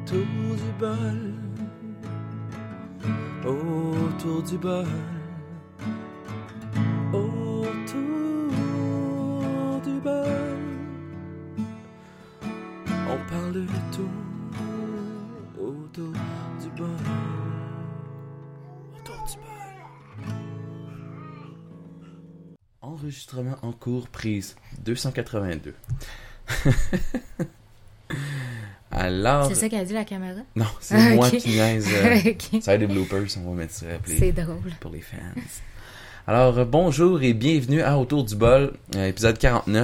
autour du bol, autour du bol, autour du bol. On parle de tout autour du bol, autour du bol. Enregistrement en cours, prise 282. Alors... C'est ça qu'a dit la caméra? Non, c'est moi qui niaise. Okay. Ça a des bloopers, on va mettre ça c'est drôle. pour les fans. Alors, bonjour et bienvenue à Autour du bol, épisode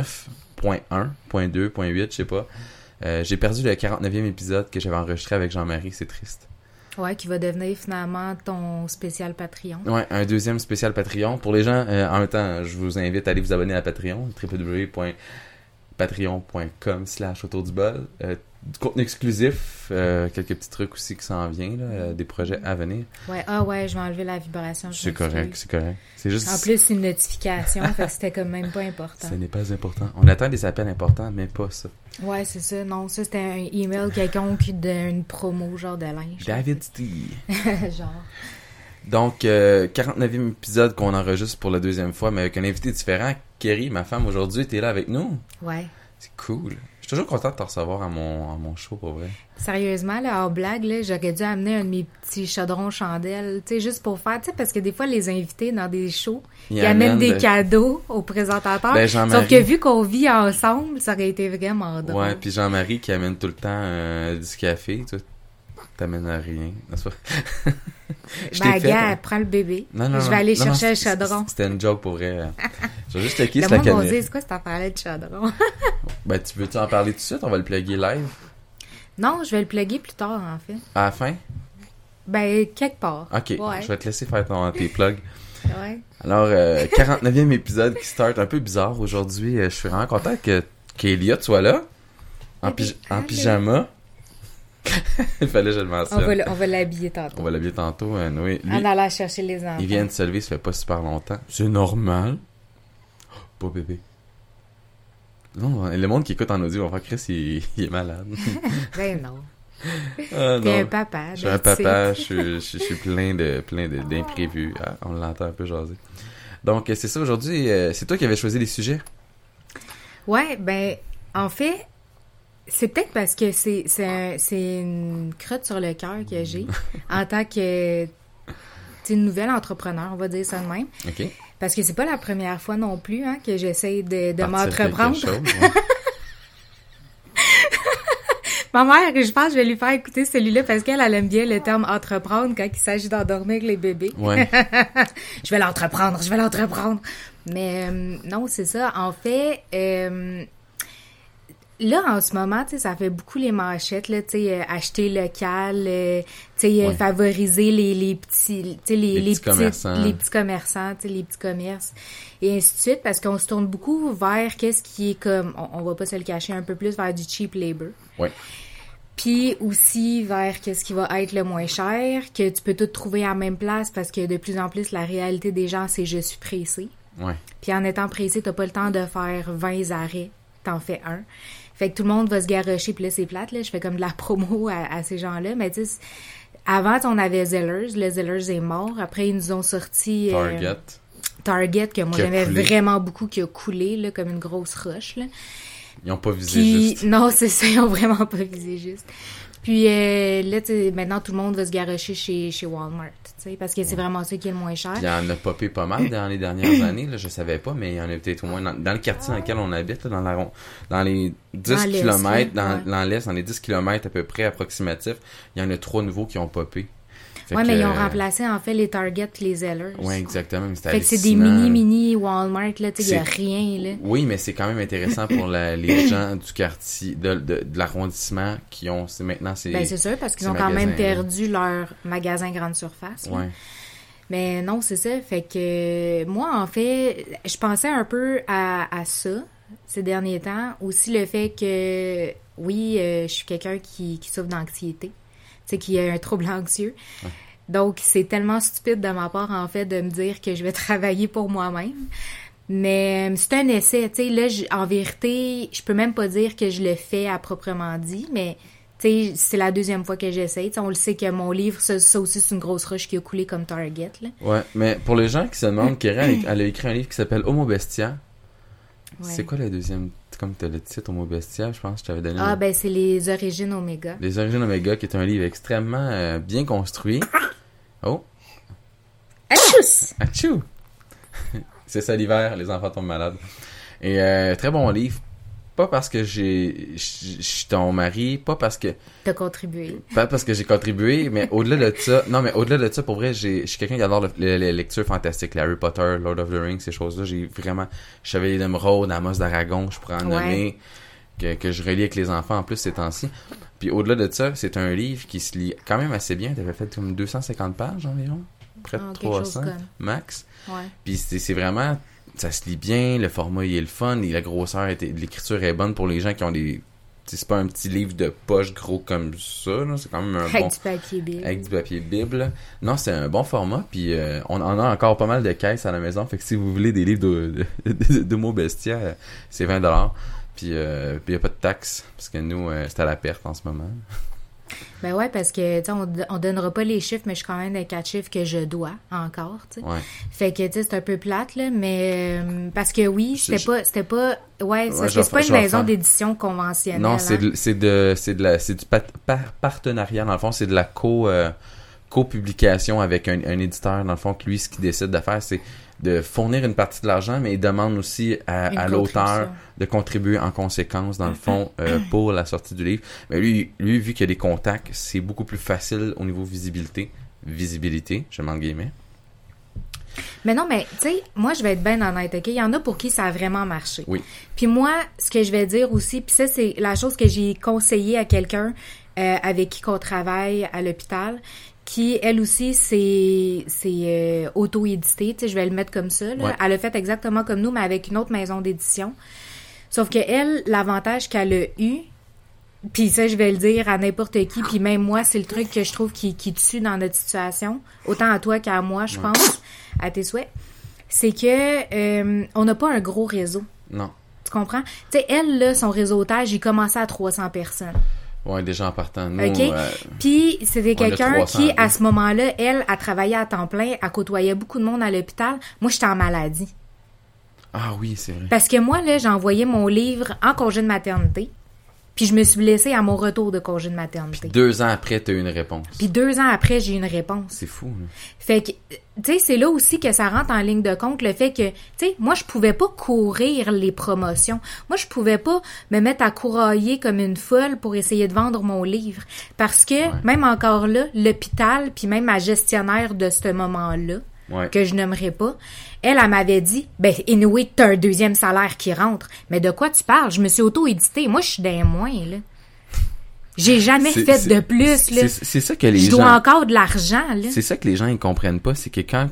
49.1.2.8, je sais pas. J'ai perdu le 49e épisode que j'avais enregistré avec Jean-Marie, c'est triste. Ouais, qui va devenir finalement ton spécial Patreon. Ouais, un deuxième spécial Patreon. Pour les gens, en même temps, je vous invite à aller vous abonner à Patreon, www.patreon.com/autour du bol. Du contenu exclusif, quelques petits trucs aussi qui s'en viennent, là, des projets à venir. Ouais, je vais enlever la vibration. C'est correct. C'est juste... En plus, c'est une notification, fait que c'était comme même pas important. Ce n'est pas important. On attend des appels importants, mais pas ça. Ouais, c'est ça. Non, ça, c'était un email quelconque d'une promo, genre de linge. David Stee. Genre. Donc, 49e épisode qu'on enregistre pour la deuxième fois, mais avec un invité différent. Kerry, ma femme, aujourd'hui, t'es là avec nous. Ouais. C'est cool. Je suis toujours content de te recevoir à mon show, pour vrai. Sérieusement, là, en blague, là, j'aurais dû amener un de mes petits chaudrons chandelles, tu sais, juste pour faire, tu sais, parce que des fois, les invités dans des shows, ils amènent des cadeaux aux présentateurs. Ben, sauf que vu qu'on vit ensemble, ça aurait été vraiment drôle. Ouais, puis Jean-Marie qui amène tout le temps du café, tu t'amènes à rien, n'est-ce pas? Gars, prends le bébé. Je vais aller chercher un chaudron. C'était une joke pour vrai. Je vais juste te kiss la caméra. Moi, c'est quoi cette affaire-là de chaudron? Ben, tu veux-tu en parler tout de suite? On va le plugger live. Non, je vais le plugger plus tard, en fait. À la fin? Ben, quelque part. Ok, ouais. Je vais te laisser faire tes plugs. Ouais. Alors, 49e épisode qui start un peu bizarre aujourd'hui. Je suis vraiment content qu'Eliott soit là. En pyjama. Il fallait que je le mentionne. On va l'habiller tantôt. On va l'habiller tantôt. Oui. Lui, en allant chercher les enfants. Il vient de se lever, ça fait pas super longtemps. C'est normal. Oh, pas bébé. Non, le monde qui écoute en audio va faire Chris, il est malade. Ben non. T'es un papa. Je suis un papa, je suis plein d'imprévus. Ah, on l'entend un peu jaser. Donc, c'est ça aujourd'hui. C'est toi qui avais choisi les sujets? Ouais, ben, en fait, c'est peut-être parce que c'est une crotte sur le cœur que j'ai en tant que une nouvelle entrepreneur, on va dire ça de même. OK. Parce que c'est pas la première fois non plus que j'essaie de m'entreprendre. Ma mère, je pense que je vais lui faire écouter celui-là parce qu'elle aime bien le terme entreprendre quand il s'agit d'endormir avec les bébés. Ouais. Je vais l'entreprendre. Mais non, c'est ça. En fait, là, en ce moment, tu sais, ça fait beaucoup les manchettes, là, tu sais, acheter local, tu sais, favoriser les petits, tu sais, les petits commerçants, tu sais, les petits commerces, et ainsi de suite, parce qu'on se tourne beaucoup vers qu'est-ce qui est comme, on va pas se le cacher, un peu plus vers du cheap labor. Ouais. Puis aussi vers qu'est-ce qui va être le moins cher, que tu peux tout trouver à la même place, parce que de plus en plus, la réalité des gens, c'est « je suis pressé ». Ouais. Puis en étant pressé, t'as pas le temps de faire 20 arrêts, t'en fais un. Fait que tout le monde va se garrocher, puis là, c'est plate, là. Je fais comme de la promo à ces gens-là. Mais tu sais, avant, on avait Zellers. Le Zellers est mort. Après, ils nous ont sorti... Target, que moi, j'aimais vraiment beaucoup, qui a coulé, là, comme une grosse roche, là. Ils ont pas visé juste. Non, c'est ça, ils ont vraiment pas visé juste. Puis là, maintenant, tout le monde va se garrocher chez Walmart, tu sais, parce que c'est vraiment ça qui est le moins cher. Il y en a popé pas mal dans les dernières années, là, je savais pas, mais il y en a peut-être au moins dans le quartier dans lequel on habite, là, dans les 10 km, dans l'Est, dans les 10 km à peu près approximatifs, il y en a 3 nouveaux qui ont popé. Ouais, mais ils ont remplacé, en fait, les Target et les Zellers. Ouais, exactement. Mais fait que c'est des mini Walmart, là, tu sais, il y a rien, là. Oui, mais c'est quand même intéressant pour les gens du quartier, de l'arrondissement qui ont, maintenant, Ben, c'est sûr, parce qu'ils ont quand même perdu leur magasin grande surface. Ouais. Mais non, c'est ça. Fait que, moi, en fait, je pensais un peu à ça, ces derniers temps. Aussi le fait que, oui, je suis quelqu'un qui souffre d'anxiété. Tu sais, qui a un trouble anxieux. Ouais. Donc, c'est tellement stupide de ma part, en fait, de me dire que je vais travailler pour moi-même. Mais c'est un essai, tu sais. Là, en vérité, je peux même pas dire que je le fais à proprement dit, mais tu sais, c'est la deuxième fois que j'essaye. T'sais, on le sait que mon livre, ça aussi, c'est une grosse roche qui a coulé comme Target, là. Ouais, mais pour les gens qui se demandent, Kéry, elle a écrit un livre qui s'appelle Homo Bestia. Ouais. C'est quoi la deuxième, comme t'as le titre Homo Bestia, je pense que je t'avais donné. Ah, ben c'est Les Origines Oméga. Les Origines Oméga, qui est un livre extrêmement bien construit. Oh! Achous! Achou! C'est ça l'hiver, les enfants tombent malades. Et très bon livre. Pas parce que je suis ton mari, pas parce que... T'as contribué. Pas parce que j'ai contribué, mais au-delà de ça... Non, mais au-delà de ça, pour vrai, je suis quelqu'un qui adore les lectures fantastiques, les Harry Potter, Lord of the Rings, ces choses-là. J'ai vraiment... Chevalier d'Émeraude, Amos d'Aragon, je pourrais en nommer, que je relis avec les enfants en plus ces temps-ci. Puis au-delà de ça, c'est un livre qui se lit quand même assez bien. T'avais fait comme 250 pages environ, près de 300 max. Ouais. Puis c'est vraiment... Ça se lit bien, le format il est le fun, et la grosseur, l'écriture est bonne pour les gens qui ont des... C'est pas un petit livre de poche gros comme ça, là. C'est quand même un avec du papier bible. Avec du papier bible. Non, c'est un bon format, puis on en a encore pas mal de caisses à la maison, fait que si vous voulez des livres de mots bestia, c'est 20$. Puis y a pas de taxe, parce que nous, c'est à la perte en ce moment. Ben ouais, parce que, tu sais, on donnera pas les chiffres, mais je suis quand même dans 4 chiffres que je dois encore, tu sais. Ouais. Fait que, tu sais, c'est un peu plate, là, mais parce que oui, c'était pas, c'est pas une maison d'édition conventionnelle. Non, c'est du partenariat, dans le fond, c'est de la copublication avec un éditeur, dans le fond, que lui, ce qu'il décide de faire, c'est de fournir une partie de l'argent, mais il demande aussi à l'auteur de contribuer en conséquence, dans le fond, pour la sortie du livre. Mais lui, vu qu'il y a des contacts, c'est beaucoup plus facile au niveau visibilité, je m'en guillemets. Mais non, mais tu sais, moi, je vais être bien honnête, OK? Il y en a pour qui ça a vraiment marché. Oui. Puis moi, ce que je vais dire aussi, puis ça, c'est la chose que j'ai conseillé à quelqu'un avec qui qu'on travaille à l'hôpital, qui, elle aussi, c'est auto-édité, tu sais, je vais le mettre comme ça, là. Ouais. Elle a fait exactement comme nous, mais avec une autre maison d'édition. Sauf que elle, l'avantage qu'elle a eu, puis ça, je vais le dire à n'importe qui, puis même moi, c'est le truc que je trouve qui tue dans notre situation, autant à toi qu'à moi, je pense, à tes souhaits, c'est que on n'a pas un gros réseau. Non. Tu comprends? Tu sais, elle, là, son réseautage, il commençait à 300 personnes. Ouais, déjà en partant. Nous, OK? Puis, c'était quelqu'un qui, à ce moment-là, elle travaillait à temps plein, elle côtoyait beaucoup de monde à l'hôpital. Moi, j'étais en maladie. Ah oui, c'est vrai. Parce que moi, là, j'ai envoyé mon livre en congé de maternité. Puis je me suis blessée à mon retour de congé de maternité. Puis 2 ans après, t'as eu une réponse. Puis 2 ans après, j'ai eu une réponse. C'est fou, là. Fait que, tu sais, c'est là aussi que ça rentre en ligne de compte, le fait que, tu sais, moi, je pouvais pas courir les promotions. Moi, je pouvais pas me mettre à courailler comme une folle pour essayer de vendre mon livre. Parce que, même encore là, l'hôpital, puis même ma gestionnaire de ce moment-là, que je nommerai pas, elle m'avait dit, ben, anyway, t'as un deuxième salaire qui rentre. Mais de quoi tu parles? Je me suis auto-éditée. Moi, je suis d'un moins, là. J'ai jamais fait de plus, là. C'est ça que les gens... Je dois encore de l'argent, là. C'est ça que les gens, ils comprennent pas. C'est que quand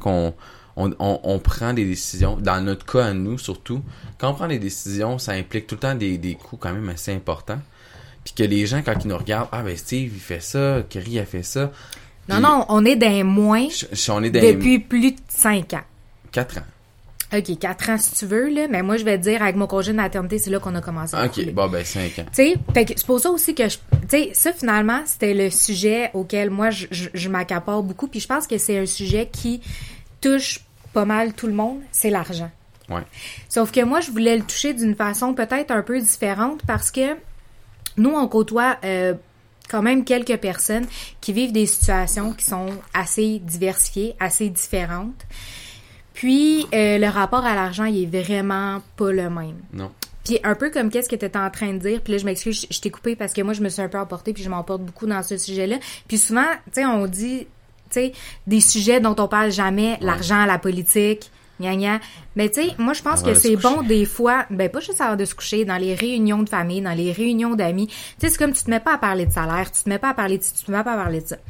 on prend des décisions, dans notre cas à nous, surtout, quand on prend des décisions, ça implique tout le temps des coûts quand même assez importants. Puis que les gens, quand ils nous regardent, ah, ben, Steve, il fait ça, Kéry a fait ça. Non, on est d'un moins depuis plus de 5 ans. 4 ans. OK, 4 ans si tu veux, là. Mais moi, je vais te dire, avec mon congé de maternité, c'est là qu'on a commencé à couler. OK, bon, ben 5 ans. Tu sais, c'est pour ça aussi que tu sais, ça, finalement, c'était le sujet auquel moi, je m'accapare beaucoup. Puis je pense que c'est un sujet qui touche pas mal tout le monde, c'est l'argent. Ouais. Sauf que moi, je voulais le toucher d'une façon peut-être un peu différente parce que nous, on côtoie... quand même quelques personnes qui vivent des situations qui sont assez diversifiées, assez différentes. Puis, le rapport à l'argent, il est vraiment pas le même. Non. Puis, un peu comme qu'est-ce que tu étais en train de dire, puis là, je m'excuse, je t'ai coupé parce que moi, je me suis un peu emportée, puis je m'emporte beaucoup dans ce sujet-là. Puis souvent, tu sais, on dit, tu sais, des sujets dont on parle jamais, l'argent, la politique... Mais tu sais, moi je pense que c'est bon des fois, ben pas juste avant de se coucher, dans les réunions de famille, dans les réunions d'amis. Tu sais, c'est comme tu te mets pas à parler de salaire, tu te mets pas à parler de ci, tu te mets pas à parler de ça.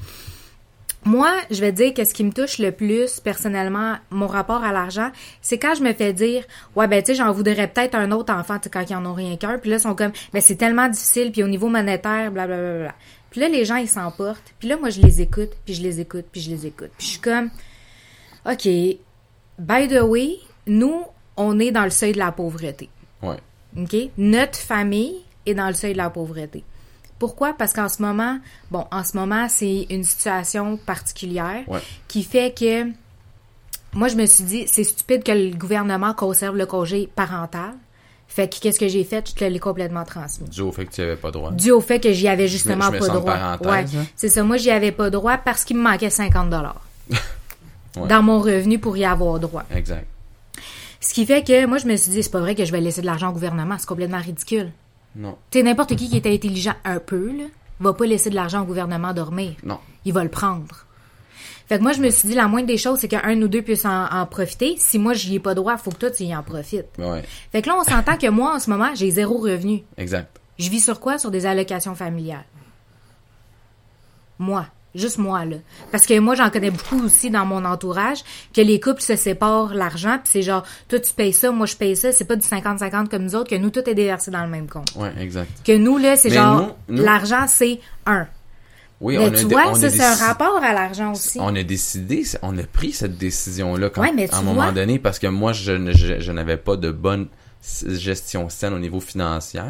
Moi, je vais dire que ce qui me touche le plus, personnellement, mon rapport à l'argent, c'est quand je me fais dire, ouais, ben tu sais, j'en voudrais peut-être un autre enfant, tu sais, quand ils en ont rien qu'un, puis là, ils sont comme, ben c'est tellement difficile, puis au niveau monétaire, blablabla. Puis là, les gens, ils s'emportent, puis là, moi, je les écoute, puis je les écoute, puis je les écoute. Puis je suis comme, OK... By the way, nous, on est dans le seuil de la pauvreté. Ouais. OK? Notre famille est dans le seuil de la pauvreté. Pourquoi? Parce qu'en ce moment, c'est une situation particulière qui fait que moi, je me suis dit, c'est stupide que le gouvernement conserve le congé parental. Fait que qu'est-ce que j'ai fait? Je te l'ai complètement transmis. Dû au fait que tu n'y avais pas droit. Dû au fait que j'y avais justement pas droit. Parenthèse, ouais, c'est ça. Moi, j'y avais pas droit parce qu'il me manquait 50 $. Dans mon revenu pour y avoir droit. Exact. Ce qui fait que moi, je me suis dit, c'est pas vrai que je vais laisser de l'argent au gouvernement. C'est complètement ridicule. Non. Tu sais, n'importe qui est intelligent un peu, là, va pas laisser de l'argent au gouvernement dormir. Non. Il va le prendre. Fait que moi, je me suis dit, la moindre des choses, c'est qu'un ou deux puissent en profiter. Si moi, j'y ai pas droit, faut que toi, tu y en profites. Ouais. Fait que là, on s'entend que moi, en ce moment, j'ai 0 revenu. Exact. Je vis sur quoi? Sur des allocations familiales. Moi. Juste moi, là. Parce que moi, j'en connais beaucoup aussi dans mon entourage, que les couples se séparent l'argent, puis c'est genre, toi, tu payes ça, moi, je paye ça. C'est pas du 50-50 comme nous autres, que nous, tout est déversé dans le même compte. Ouais, exact. Que nous, là, c'est genre, nous... l'argent, c'est un. Oui, mais tu vois, ça, c'est un rapport à l'argent aussi. On a pris cette décision-là à un moment donné, parce que moi, je n'avais pas de bonne gestion saine au niveau financier.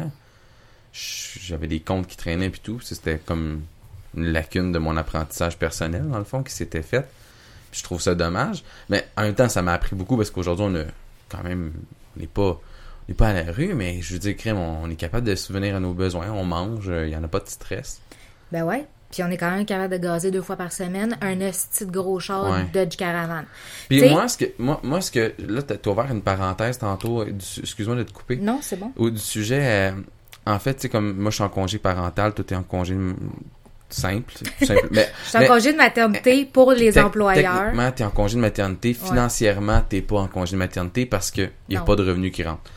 J'avais des comptes qui traînaient puis tout. C'était comme une lacune de mon apprentissage personnel, dans le fond, qui s'était faite. Puis je trouve ça dommage. Mais en même temps, ça m'a appris beaucoup, parce qu'aujourd'hui, on a quand même... On n'est pas à la rue, mais je veux dire, crème, on est capable de subvenir à nos besoins. On mange, il n'y en a pas de stress. Ben ouais. Puis on est quand même capable de gazer 2 fois par semaine un esti de gros char Dodge Caravan. Puis moi, ce que là, t'as ouvert une parenthèse tantôt, excuse-moi de te couper. Non, c'est bon. Du sujet, en fait, tu sais, comme moi, je suis en congé parental, toi, t'es en congé simple. Mais, je suis en congé de maternité pour les employeurs. Techniquement, t'es en congé de maternité. Financièrement, t'es pas en congé de maternité parce que y a pas de revenus qui rentrent.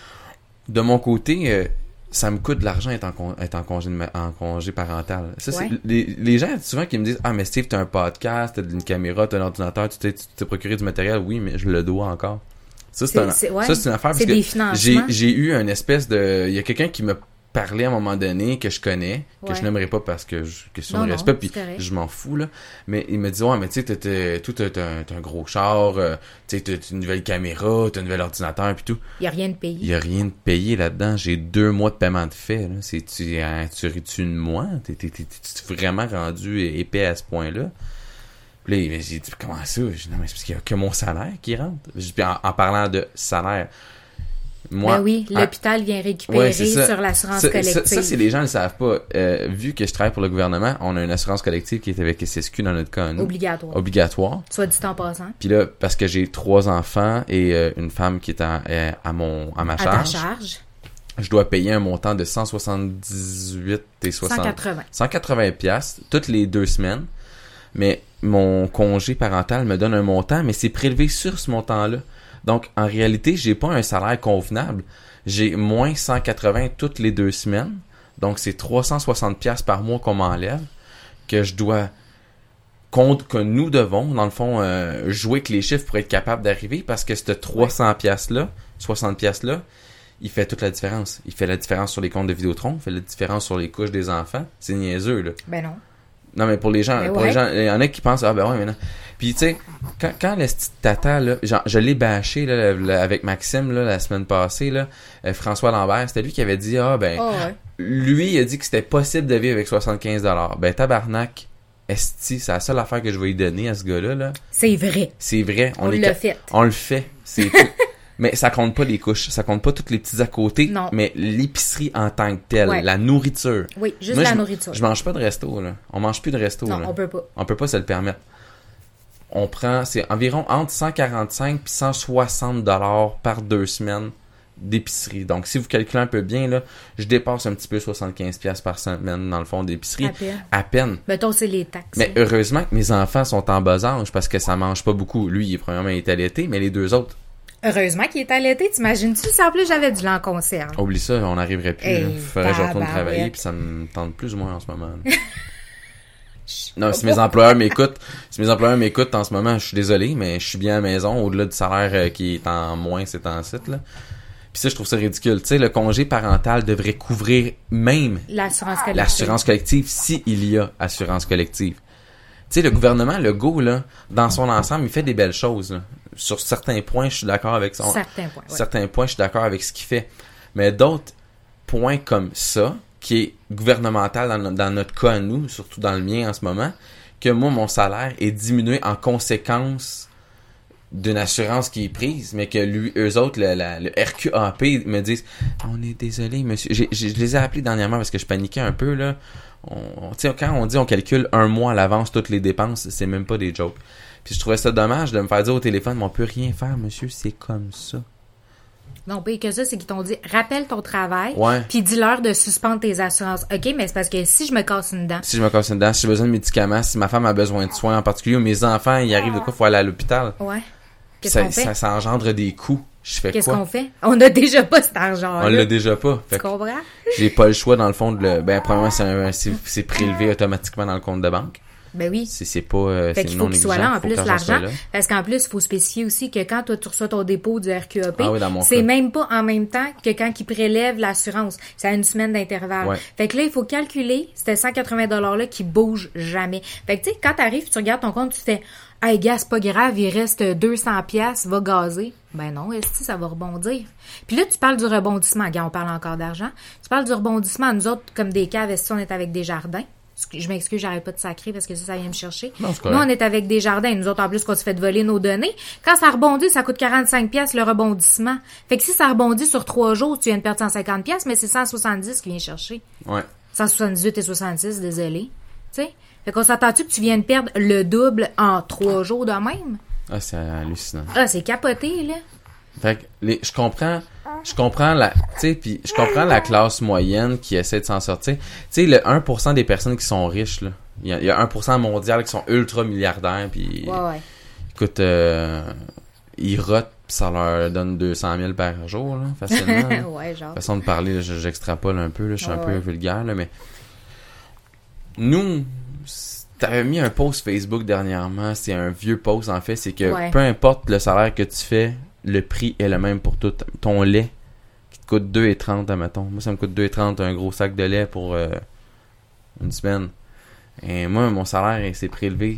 De mon côté, ça me coûte de l'argent être en congé parental. Ça, c'est les gens souvent qui me disent, ah, mais Steve, t'as un podcast, t'as une caméra, t'as un ordinateur, tu t'es procuré du matériel. Oui, mais je le dois encore. Ça, c'est une affaire parce que j'ai eu une espèce de... Il y a quelqu'un qui m'a parlé à un moment donné que je connais, que je n'aimerais pas parce que question de respect, puis je m'en fous, là. Mais il me dit, ouais, mais tu sais, t'as un gros char, tu sais, t'as une nouvelle caméra, t'as un nouvel ordinateur, puis tout. Il y a rien de payé. Il y a rien de payé là-dedans. J'ai 2 mois de paiement de fait, là. Tu ris-tu de moi? T'es vraiment rendu épais à ce point-là? Puis là, j'ai dit, comment ça? J'ai dit, non, mais c'est parce qu'il y a que mon salaire qui rentre. Puis en parlant de salaire, moi, ben oui, l'hôpital vient récupérer sur l'assurance collective. Ça, c'est les gens ne le savent pas. Vu que je travaille pour le gouvernement, on a une assurance collective qui est avec SSQ dans notre cas. Obligatoire. Soit dit en passant. Puis là, parce que j'ai 3 enfants et une femme qui est à ma charge. À ta charge. Je dois payer un montant de 178 et 180 piastres toutes les 2 semaines. Mais mon congé parental me donne un montant, mais c'est prélevé sur ce montant-là. Donc, en réalité, j'ai pas un salaire convenable. J'ai moins 180 toutes les 2 semaines. Donc, c'est 360 piastres par mois qu'on m'enlève, que je dois, que nous devons, dans le fond, jouer avec les chiffres pour être capable d'arriver, parce que ce 300 piastres-là, 60 piastres-là, il fait toute la différence. Il fait la différence sur les comptes de Vidéotron, il fait la différence sur les couches des enfants. C'est niaiseux, là. Ben non. Non, mais pour les gens, il y en a qui pensent, ah ben ouais, mais non. Puis tu sais, quand le petit tata, là, genre, je l'ai bâché là, avec Maxime là, la semaine passée, là, François Lambert, c'était lui qui avait dit, lui, il a dit que c'était possible de vivre avec 75$. Ben tabarnak, esti, c'est la seule affaire que je vais lui donner à ce gars-là. Là. C'est vrai. C'est vrai. On l'a fait. On le fait. C'est mais ça compte pas les couches, ça compte pas tous les petits à côté, mais l'épicerie en tant que telle, la nourriture. Oui, juste la nourriture. Je mange pas de resto, là. On mange plus de resto, non, là. On peut pas. On peut pas se le permettre. On prend, c'est environ entre 145 puis 160 $ par 2 semaines d'épicerie. Donc, si vous calculez un peu bien, là, je dépasse un petit peu 75 piastres par semaine dans le fond d'épicerie. À peine. Mettons, c'est les taxes. Mais heureusement que mes enfants sont en bas âge parce que ça mange pas beaucoup. Lui, premièrement, il est allaité, mais les 2 autres. Heureusement qu'il est allaité, t'imagines-tu? Si en plus j'avais du lait en conserve. Oublie ça, on n'arriverait plus. Il faudrait que je retourne travailler, puis ça me tente plus ou moins en ce moment. Non, si mes employeurs m'écoutent en ce moment, je suis désolé, mais je suis bien à la maison, au-delà du salaire qui est en moins ces temps-ci, là. Puis ça, je trouve ça ridicule. Tu sais, le congé parental devrait couvrir même l'assurance collective s'il y a assurance collective. Tu sais, le gouvernement, le Legault, là, dans son ensemble, il fait des belles choses, là. Sur certains points, je suis d'accord avec ça. Certains points, je suis d'accord avec ce qu'il fait. Mais d'autres points comme ça, qui est gouvernemental dans notre cas à nous, surtout dans le mien en ce moment, que moi, mon salaire est diminué en conséquence d'une assurance qui est prise, mais que eux autres, le RQAP me disent « On est désolé, monsieur. » Je les ai appelés dernièrement parce que je paniquais un peu, là. Quand on dit on calcule 1 mois à l'avance toutes les dépenses, c'est même pas des jokes. Puis je trouvais ça dommage de me faire dire au téléphone « On peut rien faire, monsieur, c'est comme ça. » Non, pire que ça, c'est qu'ils t'ont dit rappelle ton travail, ouais. Puis dis-leur de suspendre tes assurances. OK, mais c'est parce que si je me casse une dent. Si j'ai besoin de médicaments, si ma femme a besoin de soins en particulier, ou mes enfants, il arrive de quoi, il faut aller à l'hôpital. Ouais. Qu'est-ce qu'on fait? Ça engendre des coûts. Je fais Qu'est-ce quoi? qu'on fait? On n'a déjà pas cet argent-là. On l'a déjà pas. Tu comprends? J'ai pas le choix, dans le fond, premièrement, c'est prélevé automatiquement dans le compte de banque. Ben oui. C'est pas, fait qu'il faut qu'il soit là, en plus, l'argent. Parce qu'en plus, il faut spécifier aussi que quand toi, tu reçois ton dépôt du RQAP, c'est même pas en même temps que quand ils prélèvent l'assurance. C'est à une semaine d'intervalle. Ouais. Fait que là, il faut calculer ces 180 $-là qui bougent jamais. Fait que tu sais, quand t'arrives, tu regardes ton compte, tu fais « Hey, gars, c'est pas grave, il reste 200$, va gazer. » Ben non, est-ce que ça va rebondir? Puis là, tu parles du rebondissement. Gars, on parle encore d'argent. Tu parles du rebondissement. Nous autres, comme des caves, est-ce qu'on est avec des jardins? Je m'excuse, j'arrête pas de sacrer parce que ça vient me chercher. Non, nous, on est avec des jardins. Nous autres, en plus, qu'on se fait voler nos données. Quand ça rebondit, ça coûte 45$ le rebondissement. Fait que si ça rebondit sur 3 jours, tu viens de perdre 150$, mais c'est 170 qui vient chercher. Ouais. 178 et 66, désolé. Tu sais? Fait qu'on s'attend-tu que tu viennes perdre le double en 3 jours de même? Ah, c'est hallucinant. Ah, c'est capoté, là. Fait que je comprends je comprends la classe moyenne qui essaie de s'en sortir. Tu sais, le 1% des personnes qui sont riches, là. Il y a 1% mondial qui sont ultra milliardaires, puis ouais. Écoute, ils rotent, pis ça leur donne 200 000 par jour, là, facilement. Là. Ouais, genre. Façon de parler, là, j'extrapole un peu, là, je suis un peu vulgaire, là, mais nous, t'avais mis un post Facebook dernièrement, c'est un vieux post, en fait, c'est que peu importe le salaire que tu fais, le prix est le même pour tout. Ton lait, qui te coûte 2,30, admettons. Moi, ça me coûte 2,30 un gros sac de lait pour une semaine. Et moi, mon salaire, c'est prélevé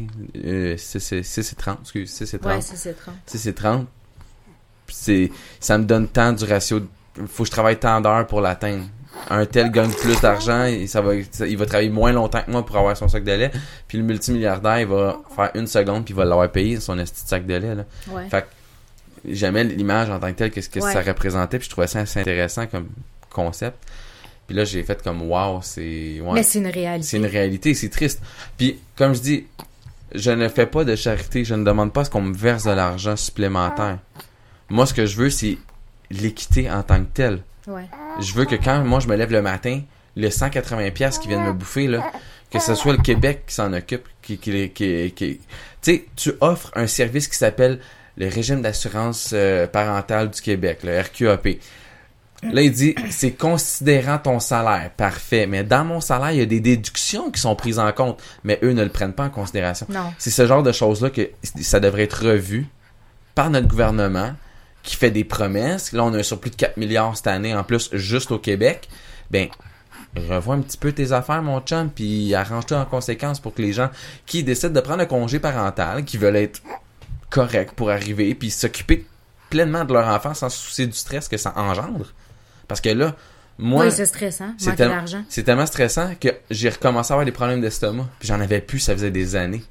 6,30. Excuse, 6,30. Ouais, 6,30. 6,30. Ça me donne tant du ratio. Faut que je travaille tant d'heures pour l'atteindre. Un tel gagne plus d'argent et il va travailler moins longtemps que moi pour avoir son sac de lait. Puis le multimilliardaire, il va faire 1 seconde puis il va l'avoir payé, son petit sac de lait. Là. Ouais. Fait que j'aimais l'image en tant que telle, qu'est-ce que ça représentait, puis je trouvais ça assez intéressant comme concept. Puis là, j'ai fait comme wow, c'est... Ouais, mais c'est une réalité. C'est une réalité, c'est triste. Puis, comme je dis, je ne fais pas de charité, je ne demande pas à ce qu'on me verse de l'argent supplémentaire. Moi, ce que je veux, c'est l'équité en tant que telle. Ouais. Je veux que quand moi je me lève le matin, le 180$ qui viennent me bouffer, là, que ce soit le Québec qui s'en occupe, qui tu sais, tu offres un service qui s'appelle le régime d'assurance parentale du Québec, le RQAP. Là, il dit, c'est considérant ton salaire. Parfait. Mais dans mon salaire, il y a des déductions qui sont prises en compte. Mais eux ne le prennent pas en considération. Non. C'est ce genre de choses-là que ça devrait être revu par notre gouvernement qui fait des promesses. Là, on a un surplus de 4 milliards cette année, en plus, juste au Québec. Ben, revois un petit peu tes affaires, mon chum, puis arrange-toi en conséquence pour que les gens qui décident de prendre un congé parental, qui veulent être corrects pour arriver, puis s'occuper pleinement de leur enfant sans se soucier du stress que ça engendre. Parce que là, moi... Oui, c'est stressant, manquer d'argent. C'est tellement stressant que j'ai recommencé à avoir des problèmes d'estomac, puis j'en avais plus, ça faisait des années.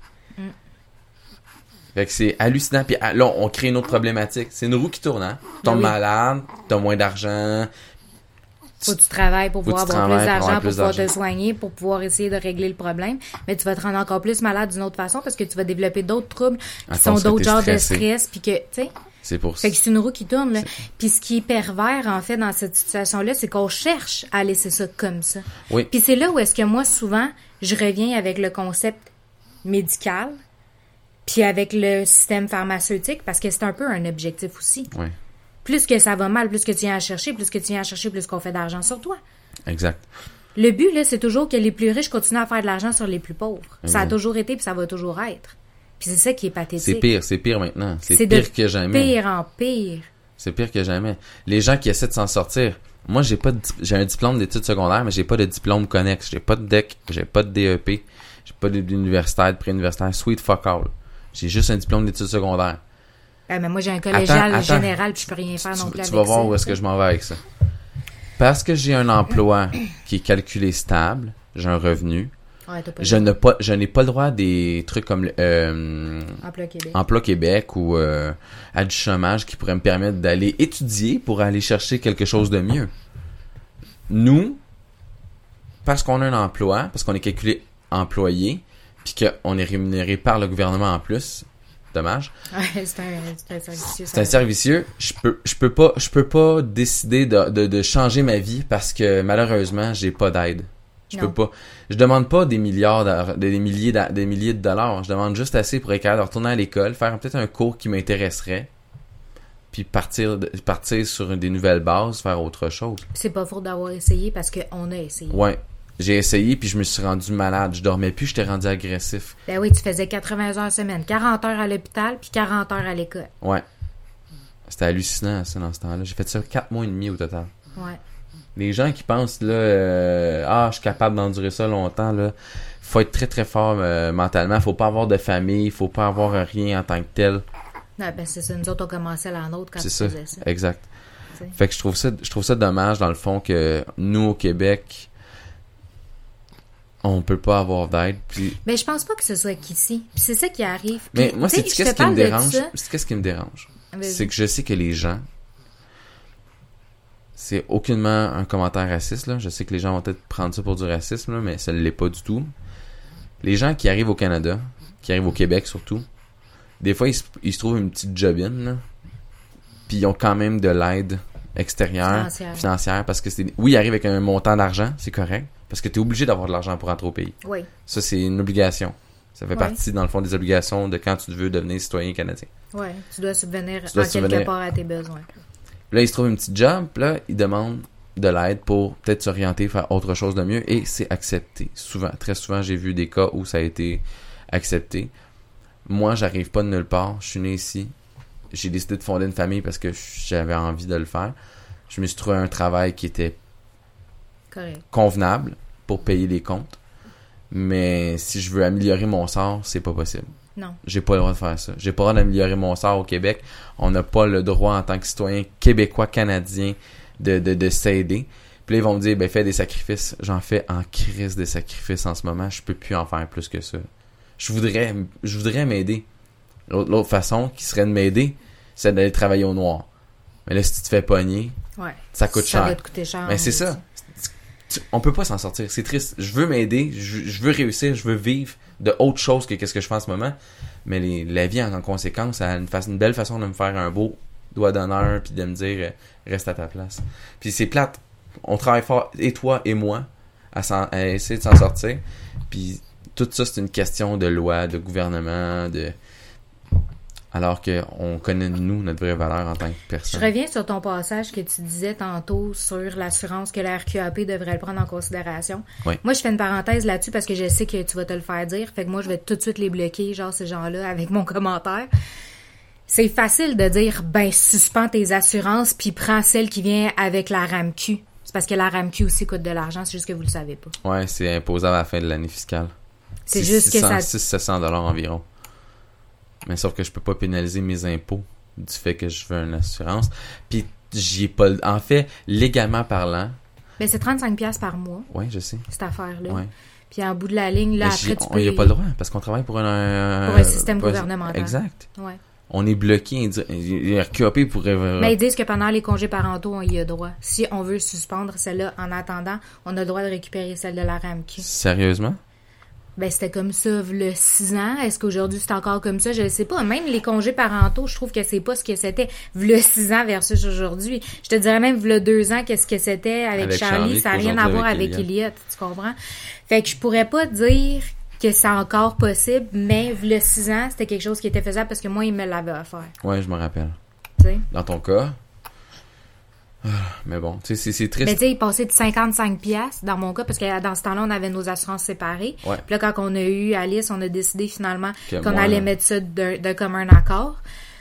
Fait que c'est hallucinant. Puis là, on crée une autre problématique. C'est une roue qui tourne, hein? Tu tombes malade, t'as moins d'argent. Faut que tu travailles pour pouvoir avoir plus d'argent, pour pouvoir te soigner, pour pouvoir essayer de régler le problème. Mais tu vas te rendre encore plus malade d'une autre façon parce que tu vas développer d'autres troubles qui sont d'autres genres de stress. Puis que, tu sais. C'est pour ça. Fait que c'est une roue qui tourne, là. Puis ce qui est pervers, en fait, dans cette situation-là, c'est qu'on cherche à laisser ça comme ça. Oui. Puis c'est là où est-ce que moi, souvent, je reviens avec le concept médical. Puis avec le système pharmaceutique, parce que c'est un peu un objectif aussi. Oui. Plus que ça va mal, plus que tu viens à chercher, plus qu'on fait d'argent sur toi. Exact. Le but, là, c'est toujours que les plus riches continuent à faire de l'argent sur les plus pauvres. Exact. Ça a toujours été, puis ça va toujours être. Puis c'est ça qui est pathétique. C'est pire maintenant. C'est pire que jamais. Pire en pire. C'est pire que jamais. Les gens qui essaient de s'en sortir. Moi, j'ai un diplôme d'études secondaires, mais j'ai pas de diplôme connexe. J'ai pas de DEC, j'ai pas de DEP, j'ai pas d'universitaire, de pré-universitaire. Sweet fuck all. J'ai juste un diplôme d'études secondaires. Mais moi, j'ai un collégial général, puis je peux rien faire non plus avec ça. Tu vas voir où est-ce que je m'en vais avec ça. Parce que j'ai un emploi qui est calculé stable, j'ai un revenu. Ouais, Je n'ai pas le droit à des trucs comme Emploi Québec ou à du chômage qui pourrait me permettre d'aller étudier pour aller chercher quelque chose de mieux. Nous, parce qu'on a un emploi, parce qu'on est calculé employé, puis qu'on est rémunéré par le gouvernement en plus, dommage. Ouais, c'est un servicieux. C'est un servicieux. Je peux pas décider de changer ma vie parce que malheureusement, j'ai pas d'aide. Je peux pas. Je demande pas des milliers de dollars. Je demande juste assez pour être capable de retourner à l'école, faire peut-être un cours qui m'intéresserait, puis partir sur des nouvelles bases, faire autre chose. C'est pas faute d'avoir essayé parce qu'on a essayé. Ouais. J'ai essayé, puis je me suis rendu malade. Je dormais plus, j'étais rendu agressif. Ben oui, tu faisais 80 heures semaine. 40 heures à l'hôpital, puis 40 heures à l'école. Ouais. C'était hallucinant, ça, dans ce temps-là. J'ai fait ça 4 mois et demi au total. Ouais. Les gens qui pensent, là, je suis capable d'endurer ça longtemps, là, faut être très, très fort mentalement. Faut pas avoir de famille, faut pas avoir rien en tant que tel. Non, ben c'est ça. Nous autres, on commençait à la nôtre quand tu faisais ça. Exact. T'sais. Fait que je trouve ça dommage, dans le fond, que nous, au Québec, on peut pas avoir d'aide. Puis... Mais je pense pas que ce soit qu'ici. Puis c'est ça qui arrive. Mais puis, moi, qu'est-ce qui me dérange? Qu'est-ce qui me dérange? Vas-y. C'est que je sais que les gens... C'est aucunement un commentaire raciste, là. Je sais que les gens vont peut-être prendre ça pour du racisme, là, mais ça ne l'est pas du tout. Les gens qui arrivent au Canada, qui arrivent au Québec surtout, des fois, ils se trouvent une petite jobine, là. Puis ils ont quand même de l'aide extérieure, financière, parce que oui, ils arrivent avec un montant d'argent, c'est correct, parce que tu es obligé d'avoir de l'argent pour entrer au pays. Oui. Ça, c'est une obligation. Ça fait partie, dans le fond, des obligations de quand tu veux devenir citoyen canadien. Oui, tu dois subvenir quelque part à tes besoins. Là, ils se trouvent une petite job, puis là, ils demandent de l'aide pour peut-être s'orienter, faire autre chose de mieux, et c'est accepté. Souvent, très souvent, j'ai vu des cas où ça a été accepté. Moi, j'arrive pas de nulle part, je suis né ici. J'ai décidé de fonder une famille parce que j'avais envie de le faire. Je me suis trouvé un travail qui était convenable pour payer les comptes. Mais si je veux améliorer mon sort, c'est pas possible. Non. J'ai pas le droit de faire ça. J'ai pas le droit d'améliorer mon sort au Québec. On n'a pas le droit en tant que citoyen québécois, canadien, de s'aider. Puis là, ils vont me dire, ben fais des sacrifices. J'en fais en crise des sacrifices en ce moment. Je peux plus en faire plus que ça. Je voudrais m'aider. L'autre façon qui serait de m'aider, c'est d'aller travailler au noir. Mais là, si tu te fais pogner, ça coûte cher. Ça va te coûter cher. Mais c'est ça. On peut pas s'en sortir. C'est triste. Je veux m'aider. Je veux réussir. Je veux vivre de autre chose que qu'est-ce que je fais en ce moment. Mais la vie, en conséquence, a une belle façon de me faire un beau doigt d'honneur puis de me dire reste à ta place. Puis c'est plate. On travaille fort, et toi et moi, à essayer de s'en sortir. Puis tout ça, c'est une question de loi, de gouvernement, alors qu'on connaît, nous, notre vraie valeur en tant que personne. Je reviens sur ton passage que tu disais tantôt sur l'assurance que la RQAP devrait le prendre en considération. Oui. Moi, je fais une parenthèse là-dessus parce que je sais que tu vas te le faire dire. Fait que moi, je vais tout de suite les bloquer, genre ces gens-là, avec mon commentaire. C'est facile de dire, suspends tes assurances puis prends celle qui vient avec la RAMQ. C'est parce que la RAMQ aussi coûte de l'argent, c'est juste que vous le savez pas. Ouais, c'est imposable à la fin de l'année fiscale. C'est juste 600, que ça... 600-700 $ environ. Mais sauf que je peux pas pénaliser mes impôts du fait que je veux une assurance. Puis j'y ai pas... En fait, légalement parlant... Ben c'est 35$ par mois. Oui, je sais. Cette affaire-là. Ouais. Puis en bout de la ligne, là, après tu peux... Il n'y a pas le droit, parce qu'on travaille pour un système gouvernemental. Exact. Ouais. On est bloqué. Les RQAP pourrait... Mais ils disent que pendant les congés parentaux, on y a droit. Si on veut suspendre celle-là en attendant, on a le droit de récupérer celle de la RAMQ. Sérieusement? Ben, c'était comme ça, le 6 ans. Est-ce qu'aujourd'hui, c'est encore comme ça? Je ne sais pas. Même les congés parentaux, je trouve que c'est pas ce que c'était le 6 ans versus aujourd'hui. Je te dirais même le 2 ans, qu'est-ce que c'était avec Charlie. Ça n'a rien à voir avec Elliot. Tu comprends? Fait que je pourrais pas dire que c'est encore possible, mais le 6 ans, c'était quelque chose qui était faisable parce que moi, il me l'avait offert. Ouais, je me rappelle. T'sais? Dans ton cas... mais bon, tu sais, c'est triste. Mais tu sais, il passait de 55$ dans mon cas, parce que dans ce temps-là, on avait nos assurances séparées. Ouais. Puis là, quand on a eu Alice, on a décidé finalement qu'on moi, allait mettre ça de commun accord.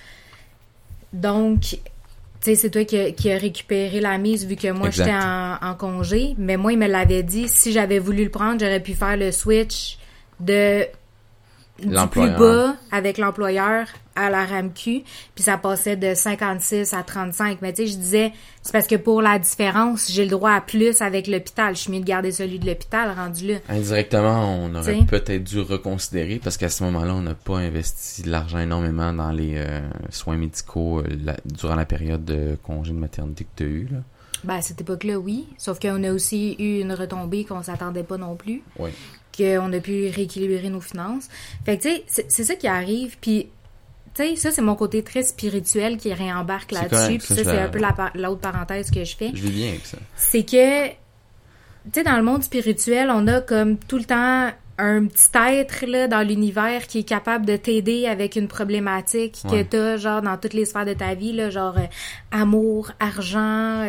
Donc, tu sais, c'est toi qui a récupéré la mise vu que moi, exact. J'étais en congé. Mais moi, il me l'avait dit, si j'avais voulu le prendre, j'aurais pu faire le switch de du plus bas avec l'employeur à la RAMQ, puis ça passait de 56 à 35. Mais tu sais, je disais, c'est parce que pour la différence, j'ai le droit à plus avec l'hôpital. Je suis mieux de garder celui de l'hôpital rendu là. Indirectement, on aurait peut-être dû reconsidérer, parce qu'à ce moment-là, on n'a pas investi de l'argent énormément dans les soins médicaux durant la période de congé de maternité que tu as eu, là. Ben, à cette époque-là, oui. Sauf qu'on a aussi eu une retombée qu'on s'attendait pas non plus. Oui. Qu'on a pu rééquilibrer nos finances. Fait que, tu sais, c'est ça qui arrive. Puis, tu sais, ça, c'est mon côté très spirituel qui réembarque là-dessus. Puis ça, c'est un peu l'autre parenthèse que je fais. Je vis bien avec ça. C'est que, tu sais, dans le monde spirituel, on a comme tout le temps un petit être là dans l'univers qui est capable de t'aider avec une problématique que t'as genre dans toutes les sphères de ta vie là, genre amour, argent,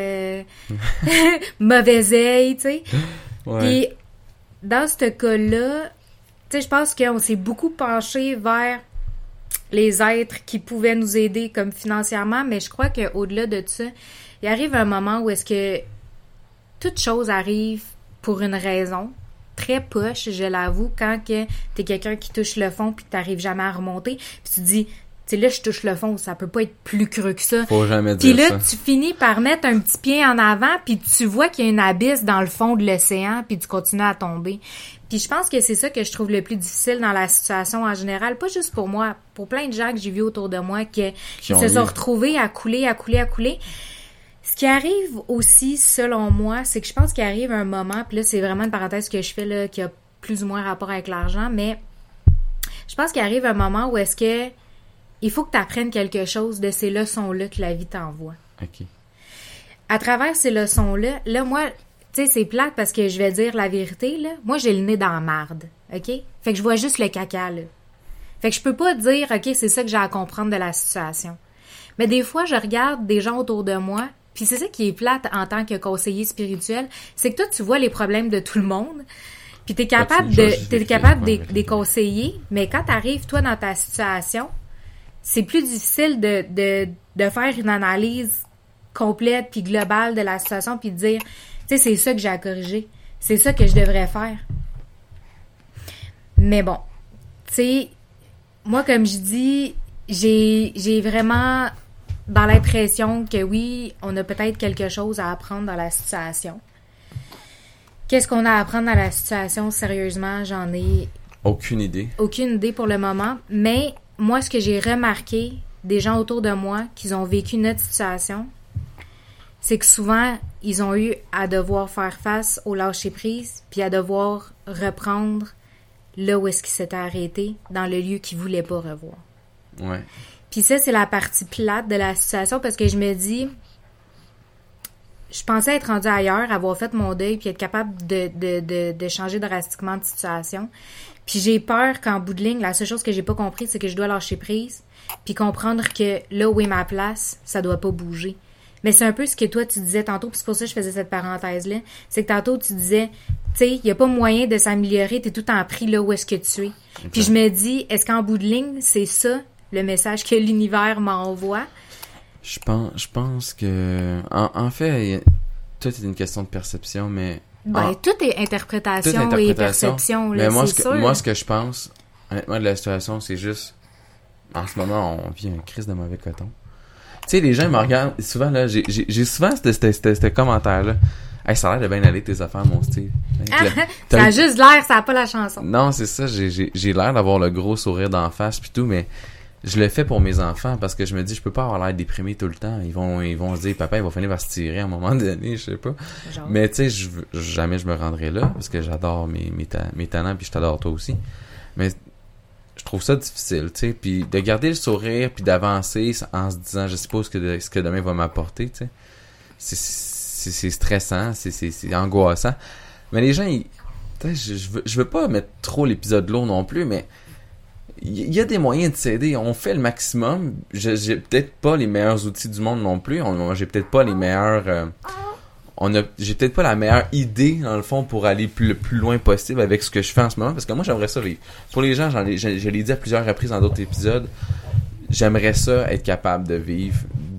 mauvais œil, tu sais. Puis dans ce cas-là, tu sais, je pense qu'on s'est beaucoup penché vers les êtres qui pouvaient nous aider comme financièrement, mais je crois qu'au-delà de ça, il arrive un moment où est-ce que toute chose arrive pour une raison. Très poche, je l'avoue, quand que t'es quelqu'un qui touche le fond puis que t'arrives jamais à remonter, puis tu te dis, tu sais, là, je touche le fond, ça peut pas être plus creux que ça. Faut jamais dire ça. Puis là, tu finis par mettre un petit pied en avant, puis tu vois qu'il y a une abysse dans le fond de l'océan, puis tu continues à tomber. Puis je pense que c'est ça que je trouve le plus difficile dans la situation en général, pas juste pour moi, pour plein de gens que j'ai vus autour de moi qui se sont retrouvés à couler. Ce qui arrive aussi, selon moi, c'est que je pense qu'il arrive un moment, puis là, c'est vraiment une parenthèse que je fais, là, qui a plus ou moins rapport avec l'argent, mais je pense qu'il arrive un moment où est-ce que il faut que tu apprennes quelque chose de ces leçons-là que la vie t'envoie. OK. À travers ces leçons-là, là, moi, tu sais, c'est plate parce que je vais dire la vérité, là. Moi, j'ai le nez dans la marde, OK? Fait que je vois juste le caca, là. Fait que je peux pas dire, OK, c'est ça que j'ai à comprendre de la situation. Mais des fois, je regarde des gens autour de moi. Puis c'est ça qui est plate en tant que conseiller spirituel, c'est que toi, tu vois les problèmes de tout le monde, puis t'es capable de les conseiller, mais quand t'arrives, toi, dans ta situation, c'est plus difficile de faire une analyse complète puis globale de la situation, puis de dire, tu sais, c'est ça que j'ai à corriger, c'est ça que je devrais faire. Mais bon, tu sais, moi, comme je dis, j'ai vraiment... dans l'impression que oui, on a peut-être quelque chose à apprendre dans la situation. Qu'est-ce qu'on a à apprendre dans la situation? Sérieusement, j'en ai... Aucune idée. Aucune idée pour le moment. Mais moi, ce que j'ai remarqué des gens autour de moi qui ont vécu notre situation, c'est que souvent, ils ont eu à devoir faire face au lâcher-prise puis à devoir reprendre là où est-ce qu'ils s'étaient arrêtés, dans le lieu qu'ils voulaient pas revoir. Ouais. Puis ça, c'est la partie plate de la situation parce que je me dis, je pensais être rendue ailleurs, avoir fait mon deuil puis être capable de changer drastiquement de situation. Puis j'ai peur qu'en bout de ligne, la seule chose que j'ai pas compris, c'est que je dois lâcher prise puis comprendre que là où est ma place, ça doit pas bouger. Mais c'est un peu ce que toi, tu disais tantôt, puis c'est pour ça que je faisais cette parenthèse-là. C'est que tantôt, tu disais, tu sais, il n'y a pas moyen de s'améliorer, t'es tout en pris là où est-ce que tu es. Okay. Puis je me dis, est-ce qu'en bout de ligne, c'est ça le message que l'univers m'envoie? Je pense que... En fait, tout est une question de perception, mais... tout est interprétation et perception, là, mais c'est sûr. Moi, ce que je pense, honnêtement, de la situation, c'est juste... En ce moment, on vit une crise de mauvais coton. Tu sais, les gens me regardent... Souvent, là, j'ai souvent ce commentaire-là. Hey, ça a l'air de bien aller tes affaires, mon style. Ça a juste l'air, ça n'a pas la chanson. Non, c'est ça, j'ai l'air d'avoir le gros sourire d'en face pis tout, mais je le fais pour mes enfants parce que je me dis, je peux pas avoir l'air déprimé tout le temps. Ils vont se dire, papa, il va finir par se tirer à un moment donné, je sais pas. Genre. Mais tu sais, jamais je me rendrai là parce que j'adore mes talents puis je t'adore toi aussi. Mais je trouve ça difficile, tu sais, puis de garder le sourire puis d'avancer en se disant, je sais pas ce que demain va m'apporter, tu sais. C'est stressant, c'est angoissant. Mais les gens, je veux pas mettre trop l'épisode lourd non plus, mais il y a des moyens de s'aider. On fait le maximum. J'ai peut-être pas les meilleurs outils du monde non plus. J'ai peut-être pas les meilleurs... j'ai peut-être pas la meilleure idée, dans le fond, pour aller le plus loin possible avec ce que je fais en ce moment. Parce que moi, j'aimerais ça vivre. Pour les gens, je l'ai dit à plusieurs reprises dans d'autres épisodes, j'aimerais ça être capable de vivre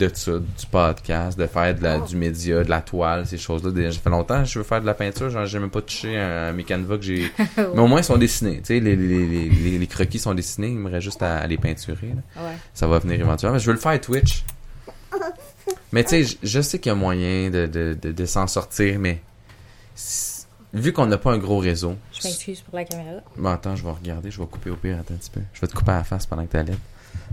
de ça, du podcast, de faire du média, de la toile, ces choses-là. Ça fait longtemps que je veux faire de la peinture, genre j'ai même pas touché à mes canevas que j'ai... Mais au moins, ils sont dessinés, tu sais, les croquis sont dessinés, il me reste juste à les peinturer, là. Ouais. Ça va venir éventuellement, mais je veux le faire Twitch. Mais tu sais, je sais qu'il y a moyen de s'en sortir, mais vu qu'on n'a pas un gros réseau... Je m'excuse pour la caméra. Bon, attends, je vais regarder, je vais couper au pire, attends un petit peu. Je vais te couper à la face pendant que t'allaites.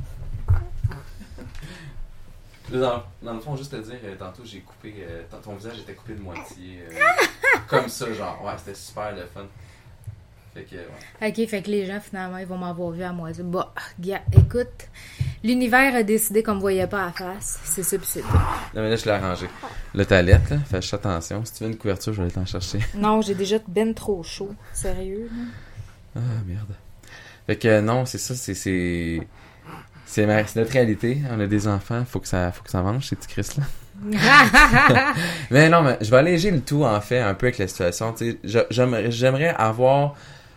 Dans le fond, juste te dire, tantôt j'ai coupé, ton visage était coupé de moitié, comme ça, genre, ouais, c'était super le fun. Fait que, ouais. Ok, fait que les gens, finalement, ils vont m'avoir vu à moi. Bon, écoute, l'univers a décidé qu'on me voyait pas à la face, c'est ça pis c'est tout. Non, mais là, je l'ai arrangé. Là, t'allaites, là, fais juste attention. Si tu veux une couverture, je vais aller t'en chercher. Non, j'ai déjà ben trop chaud, sérieux, là. Ah, merde. Fait que, non, c'est ça, c'est notre réalité. On a des enfants, faut que ça mange, ces petits Chris-là. Mais non, mais je vais alléger le tout, en fait, un peu avec la situation. Tu sais, j'aimerais avoir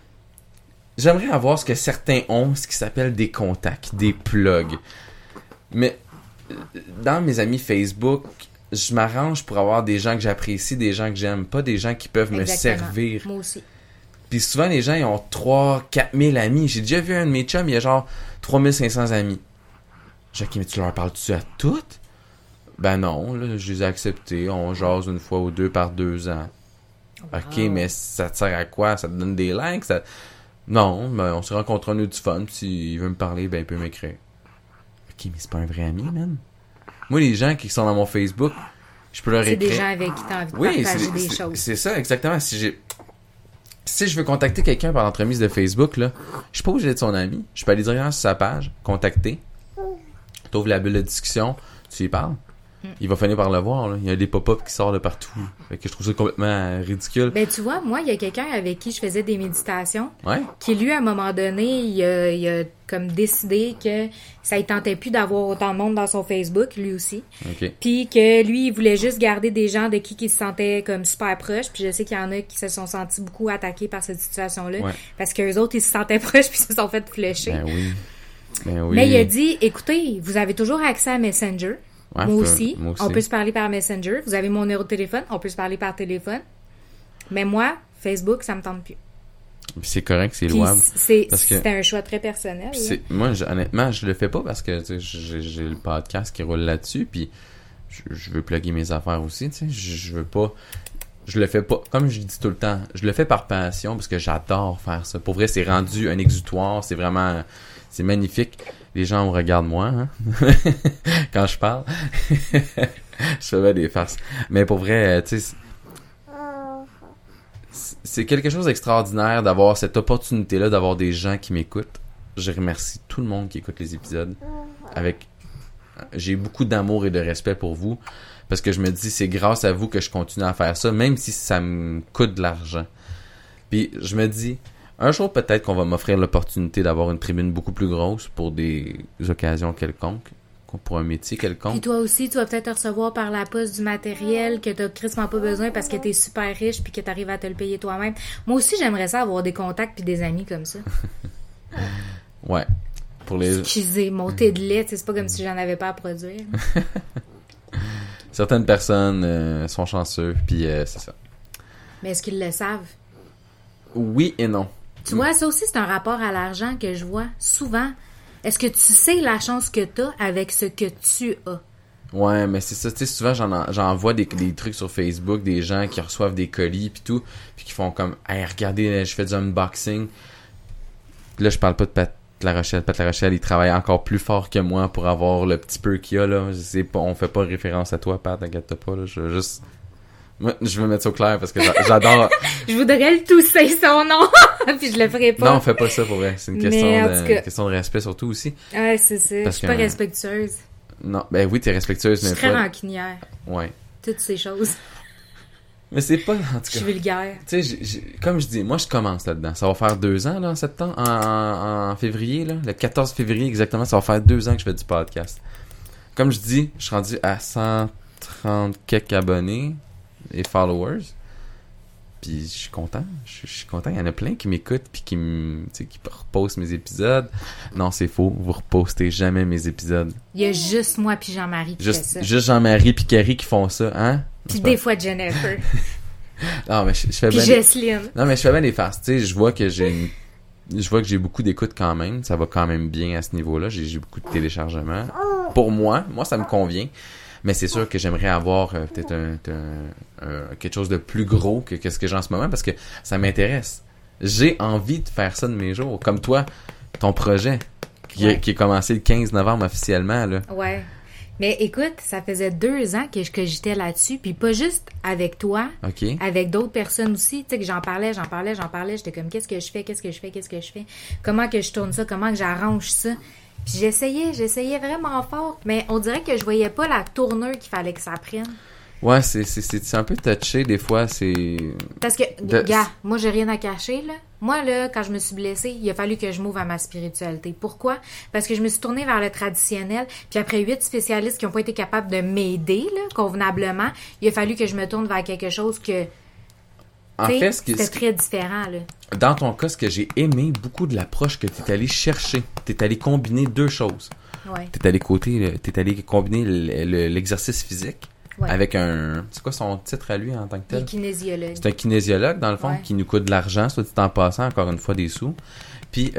ce que certains ont, ce qui s'appelle des contacts, des plugs. Mais dans mes amis Facebook, je m'arrange pour avoir des gens que j'apprécie, des gens que j'aime, pas des gens qui peuvent me servir. Moi aussi. Puis souvent, les gens, ils ont 3-4 000 amis. J'ai déjà vu un de mes chums, il y a genre 3500 amis. J'ai dit, mais tu leur parles-tu à toutes? Ben non, là, je les ai acceptés. On jase une fois ou deux par 2 ans. Wow. OK, mais ça te sert à quoi? Ça te donne des likes? Non, ben on se rencontre, on a du fun. S'il veut me parler, ben il peut m'écrire. OK, mais c'est pas un vrai ami, man. Moi, les gens qui sont dans mon Facebook, je peux leur écrire. C'est des gens avec qui t'as envie de partager des choses. C'est ça, exactement. Si je veux contacter quelqu'un par l'entremise de Facebook, là, je suis pas obligé d'être son ami. Je peux aller directement sur sa page, contacter. T'ouvres la bulle de discussion, tu y parles. Il va finir par le voir, là. Il y a des pop-up qui sortent de partout. Fait que je trouve ça complètement ridicule. Ben, tu vois, moi, il y a quelqu'un avec qui je faisais des méditations. Ouais. Qui, lui, à un moment donné, il a comme décidé que ça ne tentait plus d'avoir autant de monde dans son Facebook, lui aussi. OK. Puis que lui, il voulait juste garder des gens de qui il se sentait comme super proche. Puis je sais qu'il y en a qui se sont sentis beaucoup attaqués par cette situation-là. Ouais. Parce qu'eux autres, ils se sentaient proches puis se sont fait flusher. Ben oui. Ben oui. Mais il a dit, écoutez, vous avez toujours accès à Messenger. Ouais, moi aussi. On peut se parler par Messenger. Vous avez mon numéro de téléphone. On peut se parler par téléphone. Mais moi, Facebook, ça me tente plus. Puis c'est correct, c'est louable. C'était un choix très personnel. Moi, honnêtement, je le fais pas parce que j'ai le podcast qui roule là-dessus. Puis je veux plugger mes affaires aussi. Je veux pas... Je le fais pas, comme je dis tout le temps, je le fais par passion parce que j'adore faire ça. Pour vrai, c'est rendu un exutoire. C'est vraiment... C'est magnifique. Les gens me regardent moi, hein? Quand je parle. Je fais des farces. Mais pour vrai, tu sais, c'est quelque chose d'extraordinaire d'avoir cette opportunité-là, d'avoir des gens qui m'écoutent. Je remercie tout le monde qui écoute les épisodes. J'ai beaucoup d'amour et de respect pour vous. Parce que je me dis, c'est grâce à vous que je continue à faire ça, même si ça me coûte de l'argent. Puis je me dis... Un jour, peut-être qu'on va m'offrir l'opportunité d'avoir une tribune beaucoup plus grosse pour des occasions quelconques, pour un métier quelconque. Puis toi aussi, tu vas peut-être recevoir par la poste du matériel que t'as crissement pas besoin parce que t'es super riche puis que t'arrives à te le payer toi-même. Moi aussi, j'aimerais ça avoir des contacts puis des amis comme ça. Ouais. Pour les... Excusez, monter de lait, c'est pas comme si j'en avais pas à produire. Certaines personnes sont chanceux, puis c'est ça. Mais est-ce qu'ils le savent? Oui et non. Tu vois, ça aussi, c'est un rapport à l'argent que je vois souvent. Est-ce que tu sais la chance que t'as avec ce que tu as? Ouais, mais c'est ça. Tu sais, souvent, j'en vois des trucs sur Facebook, des gens qui reçoivent des colis pis tout, puis qui font comme, hey, regardez, je fais du unboxing. Là, je parle pas de Pat Larochelle. Pat Larochelle, il travaille encore plus fort que moi pour avoir le petit peu qu'il y a, là. On fait pas référence à toi, Pat, t'inquiète pas, là. Moi, je veux mettre ça au clair parce que j'adore... Je voudrais le tousser son nom, puis je le ferai pas. Non, on fait pas ça pour vrai. C'est une question de respect surtout aussi. Ouais, c'est ça. Je suis pas respectueuse. Non, ben oui, t'es respectueuse, mais je suis très rancunière. Ouais. Toutes ces choses. Mais c'est pas, en tout cas... Je suis vulgaire. Tu sais, comme je dis, moi, je commence là-dedans. Ça va faire 2 ans, là, en septembre, en février, là. Le 14 février, exactement, ça va faire 2 ans que je fais du podcast. Comme je dis, je suis rendu à 130 quelques abonnés et followers. Puis je suis content. Je suis content. Il y en a plein qui m'écoutent puis qui repostent mes épisodes. Non, c'est faux. Vous repostez jamais mes épisodes. Il y a juste moi puis Jean-Marie qui fait ça. Juste Jean-Marie puis Carrie qui font ça, hein? Puis des fois Jennifer. Non, mais je fais puis Jocelyne. Non, mais je fais bien des farces. Tu sais, je vois que j'ai beaucoup d'écoute quand même. Ça va quand même bien à ce niveau-là. J'ai beaucoup de téléchargements. Pour moi, ça me convient. Mais c'est sûr que j'aimerais avoir peut-être quelque chose de plus gros que ce que j'ai en ce moment parce que ça m'intéresse. J'ai envie de faire ça de mes jours. Comme toi, ton projet qui est commencé le 15 novembre officiellement. Là. Ouais. Mais écoute, ça faisait 2 ans que j'étais là-dessus, puis pas juste avec toi, avec d'autres personnes aussi, tu sais, que j'en parlais, j'étais comme, qu'est-ce que je fais, comment que je tourne ça, comment que j'arrange ça. Puis j'essayais vraiment fort, mais on dirait que je voyais pas la tournure qu'il fallait que ça prenne. Ouais, c'est un peu touché des fois, c'est... Parce que, gars, moi j'ai rien à cacher, là. Moi, là, quand je me suis blessée, il a fallu que je m'ouvre à ma spiritualité. Pourquoi? Parce que je me suis tournée vers le traditionnel, puis après 8 spécialistes qui n'ont pas été capables de m'aider, là, convenablement, il a fallu que je me tourne vers quelque chose que... En fait, c'était très différent, là. Dans ton cas, ce que j'ai aimé beaucoup de l'approche que tu es allé chercher, tu es allé combiner 2 choses. Ouais. Tu es allé combiner l'exercice physique avec un... C'est quoi son titre à lui en tant que tel? Il est kinésiologue. C'est un kinésiologue, dans le fond, qui nous coûte de l'argent, soit dit en passant, encore une fois, des sous. Puis...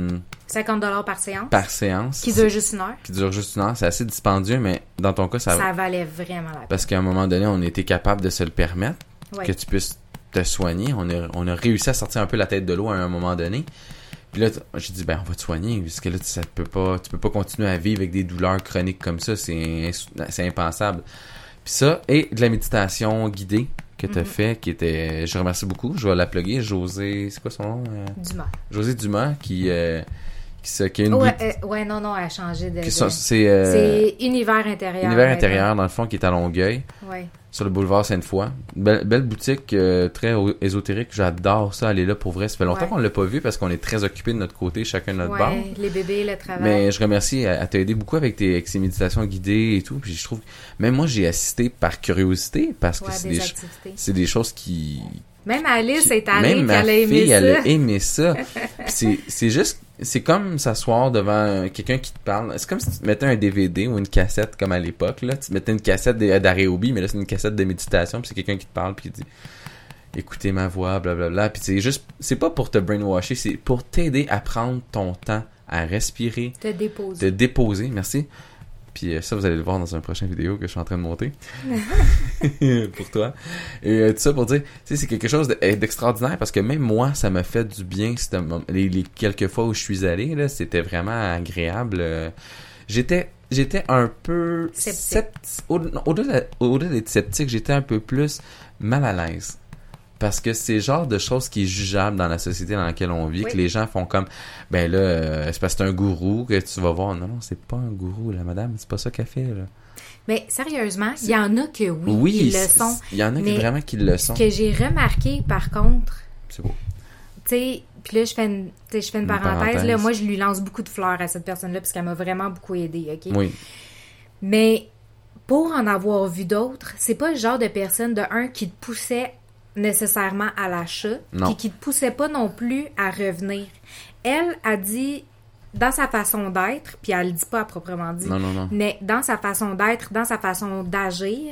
$50 par séance. Par séance. Qui dure juste 1 heure. Qui dure juste 1 heure. C'est assez dispendieux, mais dans ton cas, ça valait vraiment la peine. Parce qu'à un moment donné, on était capable de se le permettre, que tu puisses te soigner. On a réussi à sortir un peu la tête de l'eau à un moment donné. Puis là, j'ai dit, on va te soigner, parce que là, tu peux pas continuer à vivre avec des douleurs chroniques comme ça. C'est impensable. Puis ça, et de la méditation guidée que tu as fait, qui était... Je remercie beaucoup. Je vais la plugger. José... C'est quoi son nom? Dumas. José Dumas, qui a une... non, elle a changé de... C'est Univers Intérieur. Univers Intérieur, dans le fond, qui est à Longueuil. Ouais. Sur le boulevard Sainte-Foy. Belle boutique, très ésotérique. J'adore ça, aller là pour vrai. Ça fait longtemps qu'on ne l'a pas vu parce qu'on est très occupés de notre côté, chacun de notre bord. Les bébés, le travail. Mais je remercie, elle t'a aidé beaucoup avec ces méditations guidées et tout. Puis je trouve, même moi, j'ai assisté par curiosité parce que c'est des choses qui... Même Alice est allée, même ma fille, elle a aimé ça. C'est juste... C'est comme s'asseoir devant quelqu'un qui te parle. C'est comme si tu mettais un DVD ou une cassette comme à l'époque. Là. Tu mettais une cassette d'Aréobi, mais là, c'est une cassette de méditation. Puis c'est quelqu'un qui te parle, puis il dit « Écoutez ma voix, blablabla. » Puis c'est juste... C'est pas pour te brainwasher, c'est pour t'aider à prendre ton temps, à respirer. Te déposer. Te déposer, merci. Puis ça, vous allez le voir dans une prochaine vidéo que je suis en train de monter. Pour toi. Et tout ça pour dire, tu sais, c'est quelque chose d'extraordinaire parce que même moi, ça m'a fait du bien. Les quelques fois où je suis allé, là, c'était vraiment agréable. J'étais un peu... Sceptique. Au-delà d'être sceptique, j'étais un peu plus mal à l'aise. Parce que c'est le genre de choses qui est jugeable dans la société dans laquelle on vit, que les gens font comme, c'est parce que c'est un gourou que tu vas voir. Non, c'est pas un gourou, la madame, c'est pas ça qu'elle fait, là. Mais sérieusement, il y en a que ils le sont. Il y en a qui vraiment qui le sont. Ce que j'ai remarqué, par contre... C'est beau. Tu sais, puis là, je fais une parenthèse. Là, moi, je lui lance beaucoup de fleurs à cette personne-là parce qu'elle m'a vraiment beaucoup aidée, OK? Oui. Mais pour en avoir vu d'autres, c'est pas le genre de personne, qui te poussait nécessairement à l'achat, puis qui te poussait pas non plus à revenir. Elle a dit, dans sa façon d'être, puis elle le dit pas à proprement dit, mais dans sa façon d'être, dans sa façon d'agir,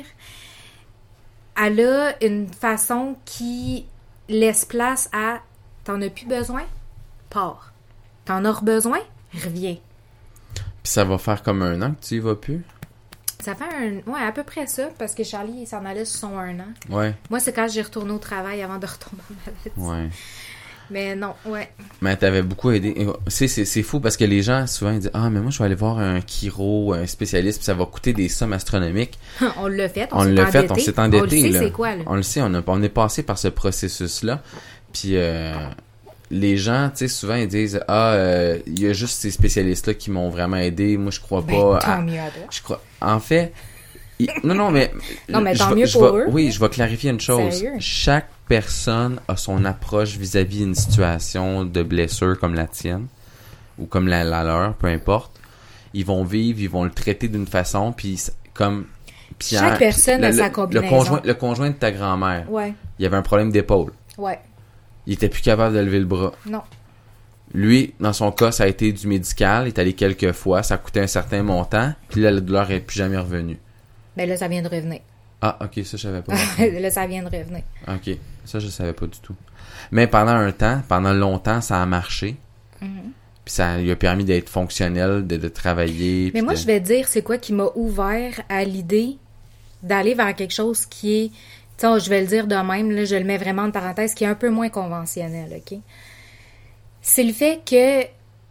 elle a une façon qui laisse place à « T'en as plus besoin? Pars. T'en as besoin? Reviens. » Puis ça va faire comme 1 an que tu y vas plus? Ça fait à peu près ça, parce que Charlie, il s'en allait sur son 1 an. Ouais. Moi, c'est quand j'ai retourné au travail avant de retomber en maladie. Ouais. Mais non, Mais t'avais beaucoup aidé. C'est fou parce que les gens, souvent, ils disent « Ah, mais moi, je vais aller voir un chiro, un spécialiste, puis ça va coûter des sommes astronomiques. » On l'a fait, on s'est endetté. On le sait, c'est quoi, là? On le sait, on est passé par ce processus-là. Puis les gens, tu sais, souvent, ils disent « Ah, il y a juste ces spécialistes-là qui m'ont vraiment aidé. Moi, je crois pas... » Tant mieux à toi. Je crois... En fait... Non, mais tant mieux pour eux. Oui, je vais clarifier une chose. Sérieux? Chaque personne a son approche vis-à-vis d'une situation de blessure comme la tienne ou comme la leur, peu importe. Ils vont vivre, ils vont le traiter d'une façon, puis comme... Chaque personne a sa combinaison. Le conjoint de ta grand-mère, il y avait un problème d'épaule. Ouais. Il était plus capable de lever le bras. Non. Lui, dans son cas, ça a été du médical. Il est allé quelques fois. Ça coûtait un certain montant. Puis là, la douleur n'est plus jamais revenue. Ben là, ça vient de revenir. Ah, ok, ça, je savais pas. Là, ça vient de revenir. Ok, ça, je savais pas du tout. Mais pendant longtemps, ça a marché. Mm-hmm. Puis ça lui a permis d'être fonctionnel, de travailler. Mais moi, je vais te dire, c'est quoi qui m'a ouvert à l'idée d'aller vers quelque chose qui est, tu sais, je vais le dire de même, là, je le mets vraiment en parenthèse, qui est un peu moins conventionnel, OK? C'est le fait que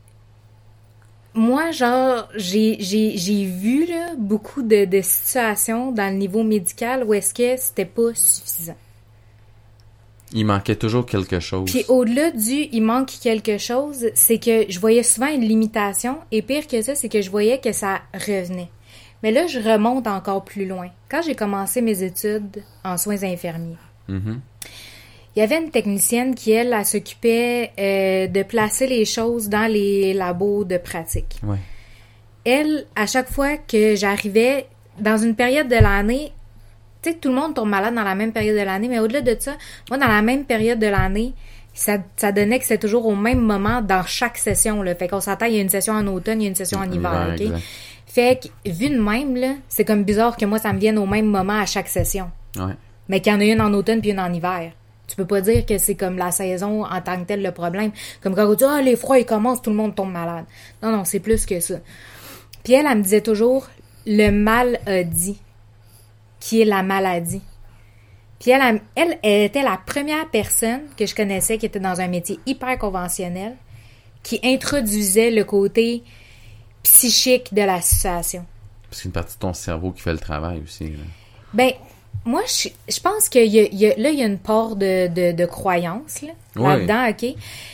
moi, genre, j'ai vu là, beaucoup de situations dans le niveau médical où est-ce que c'était pas suffisant. Il manquait toujours quelque chose. Puis au-delà du « il manque quelque chose », c'est que je voyais souvent une limitation, et pire que ça, c'est que je voyais que ça revenait. Mais là, je remonte encore plus loin. Quand j'ai commencé mes études en soins infirmiers, Mm-hmm. il y avait une technicienne qui, elle s'occupait de placer les choses dans les labos de pratique. Ouais. Elle, à chaque fois que j'arrivais dans une période de l'année, tu sais, tout le monde tombe malade dans la même période de l'année, mais au-delà de ça, moi, dans la même période de l'année, ça donnait que c'était toujours au même moment dans chaque session, là. Fait qu'on s'attend, il y a une session en automne, il y a une session en hiver, OK? Exact. Fait que, vu de même, là, c'est comme bizarre que moi, ça me vienne au même moment à chaque session. Ouais. Mais qu'il y en a une en automne puis une en hiver. Tu peux pas dire que c'est comme la saison en tant que telle le problème. Comme quand on dit « Ah, les froids, ils commencent, tout le monde tombe malade. » Non, c'est plus que ça. Puis elle me disait toujours « Le mal a dit », qui est la maladie. Puis elle était la première personne que je connaissais qui était dans un métier hyper conventionnel, qui introduisait le côté psychique de la situation. Parce qu'une partie de ton cerveau qui fait le travail aussi. Là. Ben, moi, je pense qu'il y a une part de croyance là-dedans, OK?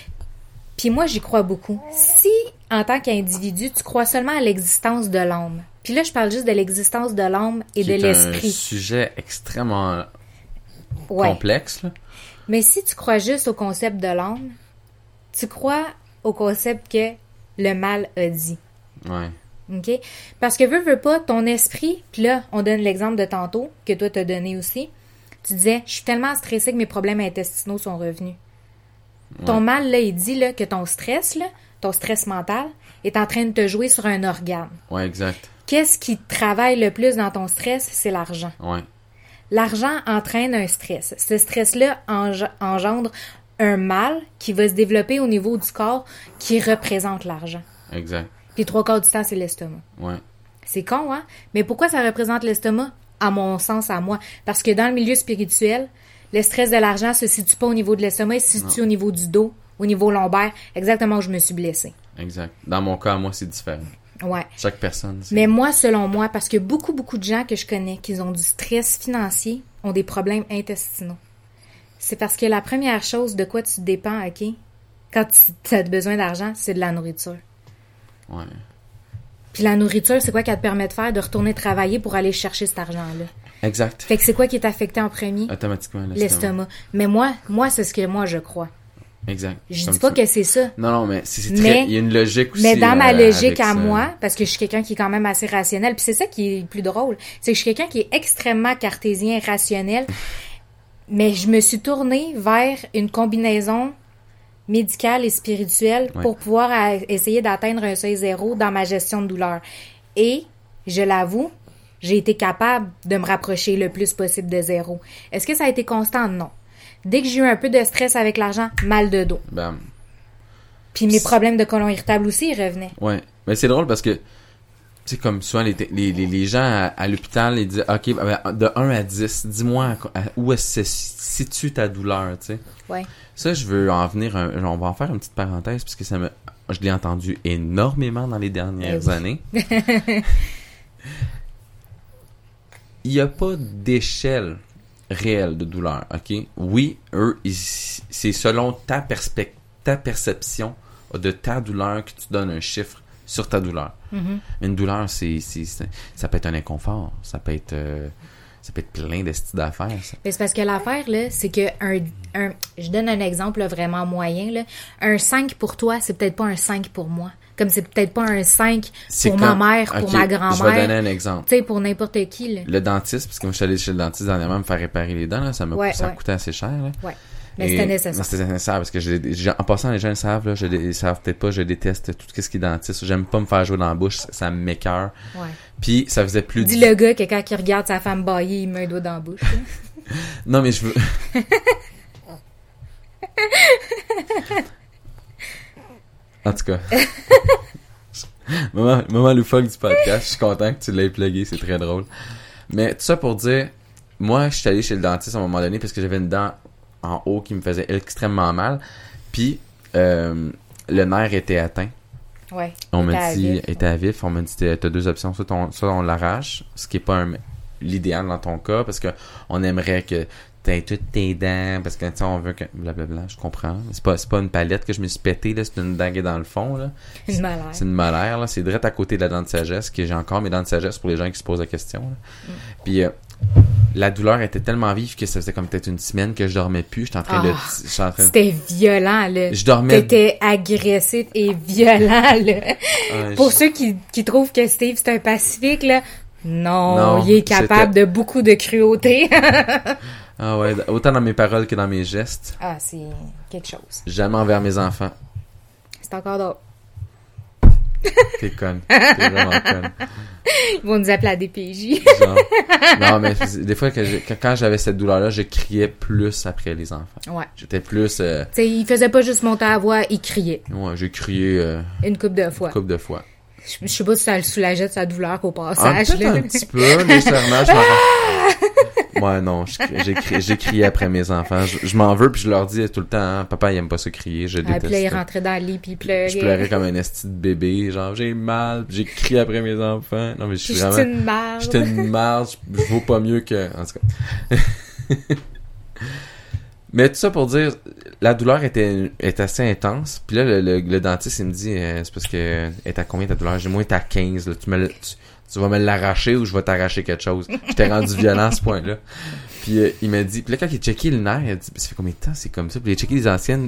Puis moi, j'y crois beaucoup. Si, en tant qu'individu, tu crois seulement à l'existence de l'âme, puis là, je parle juste de l'existence de l'âme et de l'esprit. C'est un sujet extrêmement complexe, là. Mais si tu crois juste au concept de l'âme, tu crois au concept que le mal a dit. Ouais. OK? Parce que veux pas, ton esprit, puis là, on donne l'exemple de tantôt, que toi t'as donné aussi, tu disais, je suis tellement stressée que mes problèmes intestinaux sont revenus. Ouais. Ton mal, là, il dit là, que ton stress mental, est en train de te jouer sur un organe. Ouais, exact. Qu'est-ce qui travaille le plus dans ton stress? C'est l'argent. Ouais. L'argent entraîne un stress. Ce stress-là engendre un mal qui va se développer au niveau du corps qui représente l'argent. Exact. Puis 3/4 du temps, c'est l'estomac. Ouais. C'est con, hein? Mais pourquoi ça représente l'estomac? À mon sens, à moi. Parce que dans le milieu spirituel, le stress de l'argent se situe pas au niveau de l'estomac, il se situe au niveau du dos, au niveau lombaire, exactement où je me suis blessée. Exact. Dans mon cas, moi, c'est différent. Ouais. Chaque personne. Mais moi, selon moi, parce que beaucoup de gens que je connais qui ont du stress financier ont des problèmes intestinaux. C'est parce que la première chose de quoi tu dépends, OK, quand tu as besoin d'argent, c'est de la nourriture. Ouais. Puis la nourriture, c'est quoi qu'elle te permet de faire? De retourner travailler pour aller chercher cet argent-là. Exact. Fait que c'est quoi qui est affecté en premier? Automatiquement, l'estomac. Mais moi, c'est ce que moi, je crois. Exact. Je dis pas que c'est ça. Non, mais c'est très... Il y a une logique aussi. Mais dans ma logique à moi, parce que je suis quelqu'un qui est quand même assez rationnel, puis c'est ça qui est le plus drôle, c'est que je suis quelqu'un qui est extrêmement cartésien, rationnel, mais je me suis tournée vers une combinaison médicale et spirituelle pour pouvoir essayer d'atteindre un seuil zéro dans ma gestion de douleur. Et, je l'avoue, j'ai été capable de me rapprocher le plus possible de zéro. Est-ce que ça a été constant? Non. Dès que j'ai eu un peu de stress avec l'argent, mal de dos. Bam. Puis mes problèmes de côlon irritable aussi, ils revenaient. Ouais. Mais c'est drôle parce que, tu sais, comme souvent, les gens à l'hôpital, ils disent, OK, de 1 à 10, dis-moi où est-ce que se situe ta douleur, tu sais. Ouais. Ça, je veux en venir, on va en faire une petite parenthèse parce que je l'ai entendu énormément dans les dernières années. Il n'y a pas d'échelle réelle de douleur, OK? Oui, c'est selon ta perception de ta douleur que tu donnes un chiffre sur ta douleur. Mm-hmm. Une douleur, ça peut être un inconfort, ça peut être plein de styles d'affaires. Mais c'est parce que l'affaire, là, c'est que je donne un exemple là, vraiment moyen, là. Un 5 pour toi, c'est peut-être pas un 5 pour moi. Comme c'est peut-être pas un 5 pour ma mère, pour ma grand-mère. Je vais donner un exemple. Tu sais, pour n'importe qui, là. Le dentiste, parce que moi, je suis allé chez le dentiste dernièrement me faire réparer les dents, là, ça coûtait assez cher, là. Ouais. Mais c'était nécessaire. Mais c'était nécessaire parce que en passant, les gens le savent, là, ils savent peut-être pas, je déteste tout ce qui est dentiste. J'aime pas me faire jouer dans la bouche, ça m'écoeure. Ouais. Puis ça faisait plus... Dis le gars que quand il regarde sa femme bailler, il met un doigt dans la bouche. Non, mais je veux... En tout cas... Moment loufoque du podcast, je suis content que tu l'aies plugué, c'est très drôle. Mais tout ça pour dire, moi, je suis allé chez le dentiste à un moment donné parce que j'avais une dent en haut qui me faisait extrêmement mal. Puis, le nerf était atteint. Ouais. On m'a dit, était à vif. On m'a dit, t'as deux options. Soit on l'arrache, ce qui est pas l'idéal dans ton cas, parce que on aimerait que t'aies toutes tes dents, parce que, tu sais, on veut que, blablabla, je comprends. C'est pas une palette que je me suis pété, là, c'est une dent qui est dans le fond, là. Une molaire. C'est une molaire, là. C'est direct à côté de la dent de sagesse, que j'ai encore mes dents de sagesse pour les gens qui se posent la question, là. Puis, la douleur était tellement vive que ça faisait comme peut-être une semaine que je dormais plus. J'étais en train de... C'était violent, là. Je dormais... T'étais agressif et violent, là. Pour ceux qui trouvent que Steve, c'est un pacifique, là, non, il est capable de beaucoup de cruauté. Ah ouais, autant dans mes paroles que dans mes gestes. Ah, c'est quelque chose. Jamais envers mes enfants. C'est encore d'autres. T'es conne. T'es vraiment conne. Ils vont nous appeler à DPJ. Genre. Non, mais des fois, quand j'avais cette douleur-là, je criais plus après les enfants. Ouais. J'étais plus... Tu sais, il faisait pas juste monter la voix, il criait. Ouais, j'ai crié... une couple de fois. Une couple de fois. Je sais pas si ça le soulageait de sa douleur qu'au passage. Peut-être un petit peu, légèrement. Ouais, non, j'ai crié après mes enfants. Je m'en veux, puis je leur dis tout le temps, hein, papa, il aime pas ça crier, je déteste. Puis là, il rentrait dans le lit, puis il pleurait. Je pleurais comme un esti de bébé, genre, j'ai mal, j'ai crié après mes enfants. Non, mais je suis vraiment... J'étais une marde, je vaux pas mieux que... En tout cas. Mais tout ça pour dire, la douleur est assez intense. Puis là, le dentiste, il me dit, c'est parce que est à combien ta douleur? J'ai moins, t'es à 15, là. Tu vas me l'arracher ou je vais t'arracher quelque chose. J'étais rendu violent à ce point-là. Puis il m'a dit, puis là, quand il a checké le nerf, il a dit, ça fait combien de temps c'est comme ça? Puis il a checké les anciennes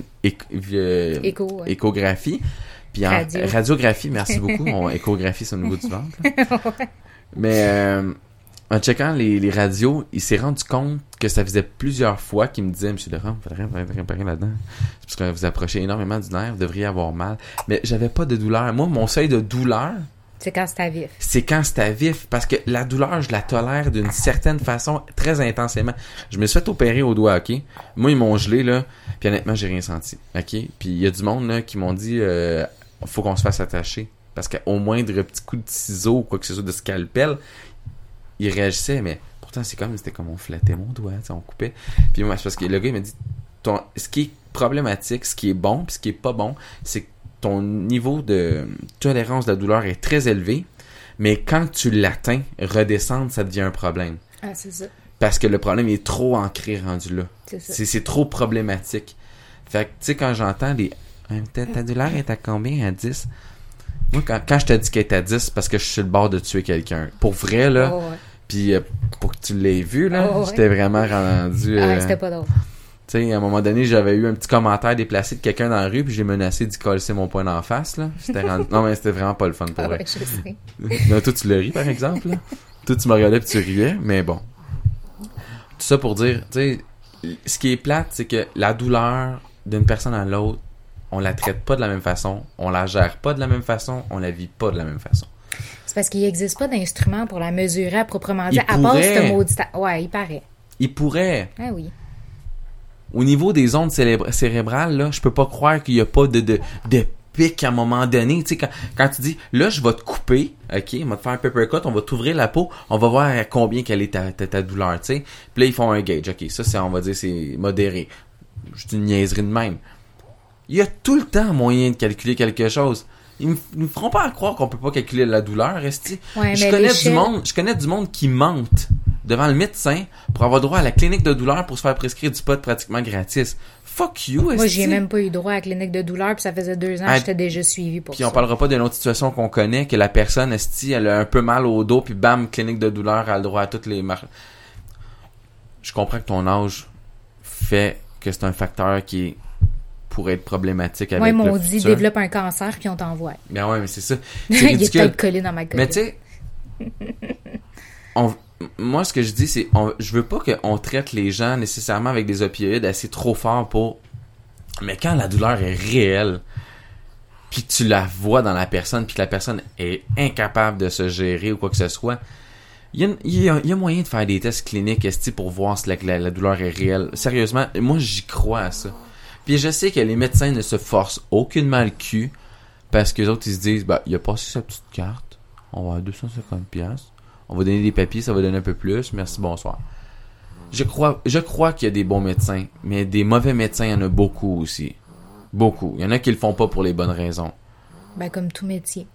échographies. Puis en radiographie, merci beaucoup. Échographie, c'est au niveau du ventre. Ouais. Mais en checkant les radios, il s'est rendu compte que ça faisait plusieurs fois qu'il me disait, Monsieur Laurent, il faudrait réparer là-dedans. C'est parce que vous approchez énormément du nerf, vous devriez avoir mal. Mais j'avais pas de douleur. Moi, mon seuil de douleur, c'est quand c'est à vif. C'est quand c'est à vif, parce que la douleur, je la tolère d'une certaine façon, très intensément. Je me suis fait opérer au doigt, OK? Moi, ils m'ont gelé, là, puis honnêtement, j'ai rien senti, OK? Puis il y a du monde, là, qui m'ont dit, faut qu'on se fasse attacher, parce qu'au moindre petit coup de ciseau ou quoi que ce soit de scalpel, ils réagissaient, mais pourtant, c'était comme on flattait mon doigt, on coupait. Puis moi, c'est parce que le gars, il m'a dit, ce qui est problématique, ce qui est bon, puis ce qui est pas bon, c'est que ton niveau de tolérance de la douleur est très élevé, mais quand tu l'atteins, redescendre, ça devient un problème. Ah, c'est ça. Parce que le problème est trop ancré rendu là. C'est ça. C'est trop problématique. Fait que, tu sais, quand j'entends ta douleur est à combien? À 10? Moi, quand je te dis qu'elle est à 10, c'est parce que je suis sur le bord de tuer quelqu'un. Pour vrai, là. Oh, ouais. Puis, pour que tu l'aies vu, là, oh, ouais. J'étais vraiment rendu... c'était pas drôle. Tu sais, à un moment donné, j'avais eu un petit commentaire déplacé de quelqu'un dans la rue, puis j'ai menacé d'y coller mon poing d'en face, là. Non, mais c'était vraiment pas le fun pour vrai. Ouais, je sais. Non, toi, tu le ris, par exemple, là. Toi, tu me regardais puis tu riais, mais bon. Tout ça pour dire, tu sais, ce qui est plate, c'est que la douleur d'une personne à l'autre, on la traite pas de la même façon, on la gère pas de la même façon, on la vit pas de la même façon. C'est parce qu'il n'existe pas d'instrument pour la mesurer à proprement dire, à part ce maudit... Ouais, il paraît. Il pourrait. Ah oui. Au niveau des ondes cérébrales, là, je peux pas croire qu'il y a pas de pic à un moment donné. Tu sais, quand tu dis, là, je vais te couper, OK, on va te faire un papercut, on va t'ouvrir la peau, on va voir à combien quelle est ta douleur, tu sais. Puis là, ils font un gauge. OK, ça, on va dire, c'est modéré. C'est une niaiserie de même. Il y a tout le temps moyen de calculer quelque chose. Ils me feront pas croire qu'on peut pas calculer la douleur, esti. Ouais, je connais du monde qui mentent devant le médecin pour avoir droit à la clinique de douleur pour se faire prescrire du pot pratiquement gratis. Fuck you, esti. Moi, j'ai même pas eu droit à la clinique de douleur, puis ça faisait 2 ans que j'étais déjà suivi pour ça. Puis on parlera pas d'une autre situation qu'on connaît, que la personne, esti, elle a un peu mal au dos, puis bam, clinique de douleur, elle a le droit à toutes les marches. Je comprends que ton âge fait que c'est un facteur qui pourrait être problématique avec le futur. Moi, ils m'ont dit, développe un cancer, puis on t'envoie. Ben ouais, mais c'est ça. C'est il est peut-être collé dans ma colline. Mais tu sais, moi, ce que je dis, c'est, je veux pas qu'on traite les gens nécessairement avec des opioïdes assez trop forts pour... Mais quand la douleur est réelle, puis tu la vois dans la personne, puis que la personne est incapable de se gérer ou quoi que ce soit, il y a moyen de faire des tests cliniques pour voir si la douleur est réelle. Sérieusement, moi, j'y crois à ça. Puis je sais que les médecins ne se forcent aucunement le cul, parce qu'eux autres, ils se disent, il a passé sa petite carte, on va avoir 250$, on va donner des papiers, ça va donner un peu plus, merci, bonsoir. Je crois qu'il y a des bons médecins, mais des mauvais médecins, il y en a beaucoup aussi. Beaucoup. Il y en a qui le font pas pour les bonnes raisons. Ben, comme tout métier.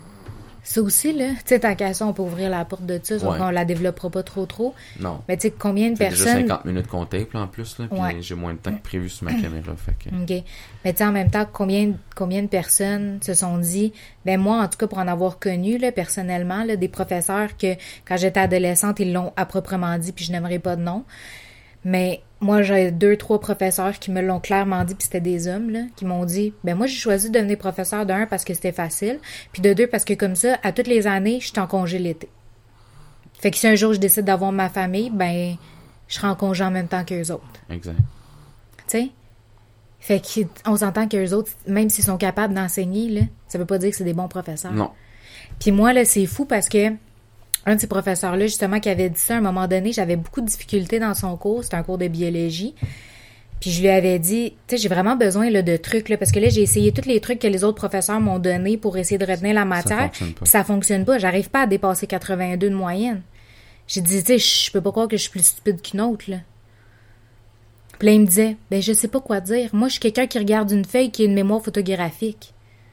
Ça aussi, là, tu sais, tant qu'à ça, on peut ouvrir la porte de ça, sauf qu'on la développera pas trop. Non. Mais tu sais, combien de personnes... C'est déjà 50 minutes qu'on tape, là, en plus, là, puis j'ai moins de temps que prévu sur ma caméra, fait que... OK. Mais tu sais, en même temps, combien de personnes se sont dit... Ben moi, en tout cas, pour en avoir connu, là, personnellement, là, des professeurs que, quand j'étais adolescente, ils l'ont à proprement dit, puis je n'aimerais pas de nom. Mais moi, j'ai 2-3 professeurs qui me l'ont clairement dit, puis c'était des hommes, là, qui m'ont dit, ben moi, j'ai choisi de devenir professeur de 1 parce que c'était facile, puis de 2 parce que comme ça, à toutes les années, je suis en congé l'été. Fait que si un jour je décide d'avoir ma famille, ben, je serai en congé en même temps qu'eux autres. Exact. Tu sais? Fait qu'on s'entend qu'eux autres, même s'ils sont capables d'enseigner, là, ça veut pas dire que c'est des bons professeurs. Non. Puis moi, là, c'est fou parce que un de ces professeurs-là, justement, qui avait dit ça à un moment donné, j'avais beaucoup de difficultés dans son cours, c'était un cours de biologie. Puis je lui avais dit, tu sais, j'ai vraiment besoin là, de trucs, là, parce que là, j'ai essayé tous les trucs que les autres professeurs m'ont donnés pour essayer de retenir la matière. Puis ça fonctionne pas. J'arrive pas à dépasser 82 de moyenne. J'ai dit, tu sais, je peux pas croire que je suis plus stupide qu'une autre, là. Puis là, il me disait, ben, je sais pas quoi dire. Moi, je suis quelqu'un qui regarde une feuille qui a une mémoire photographique.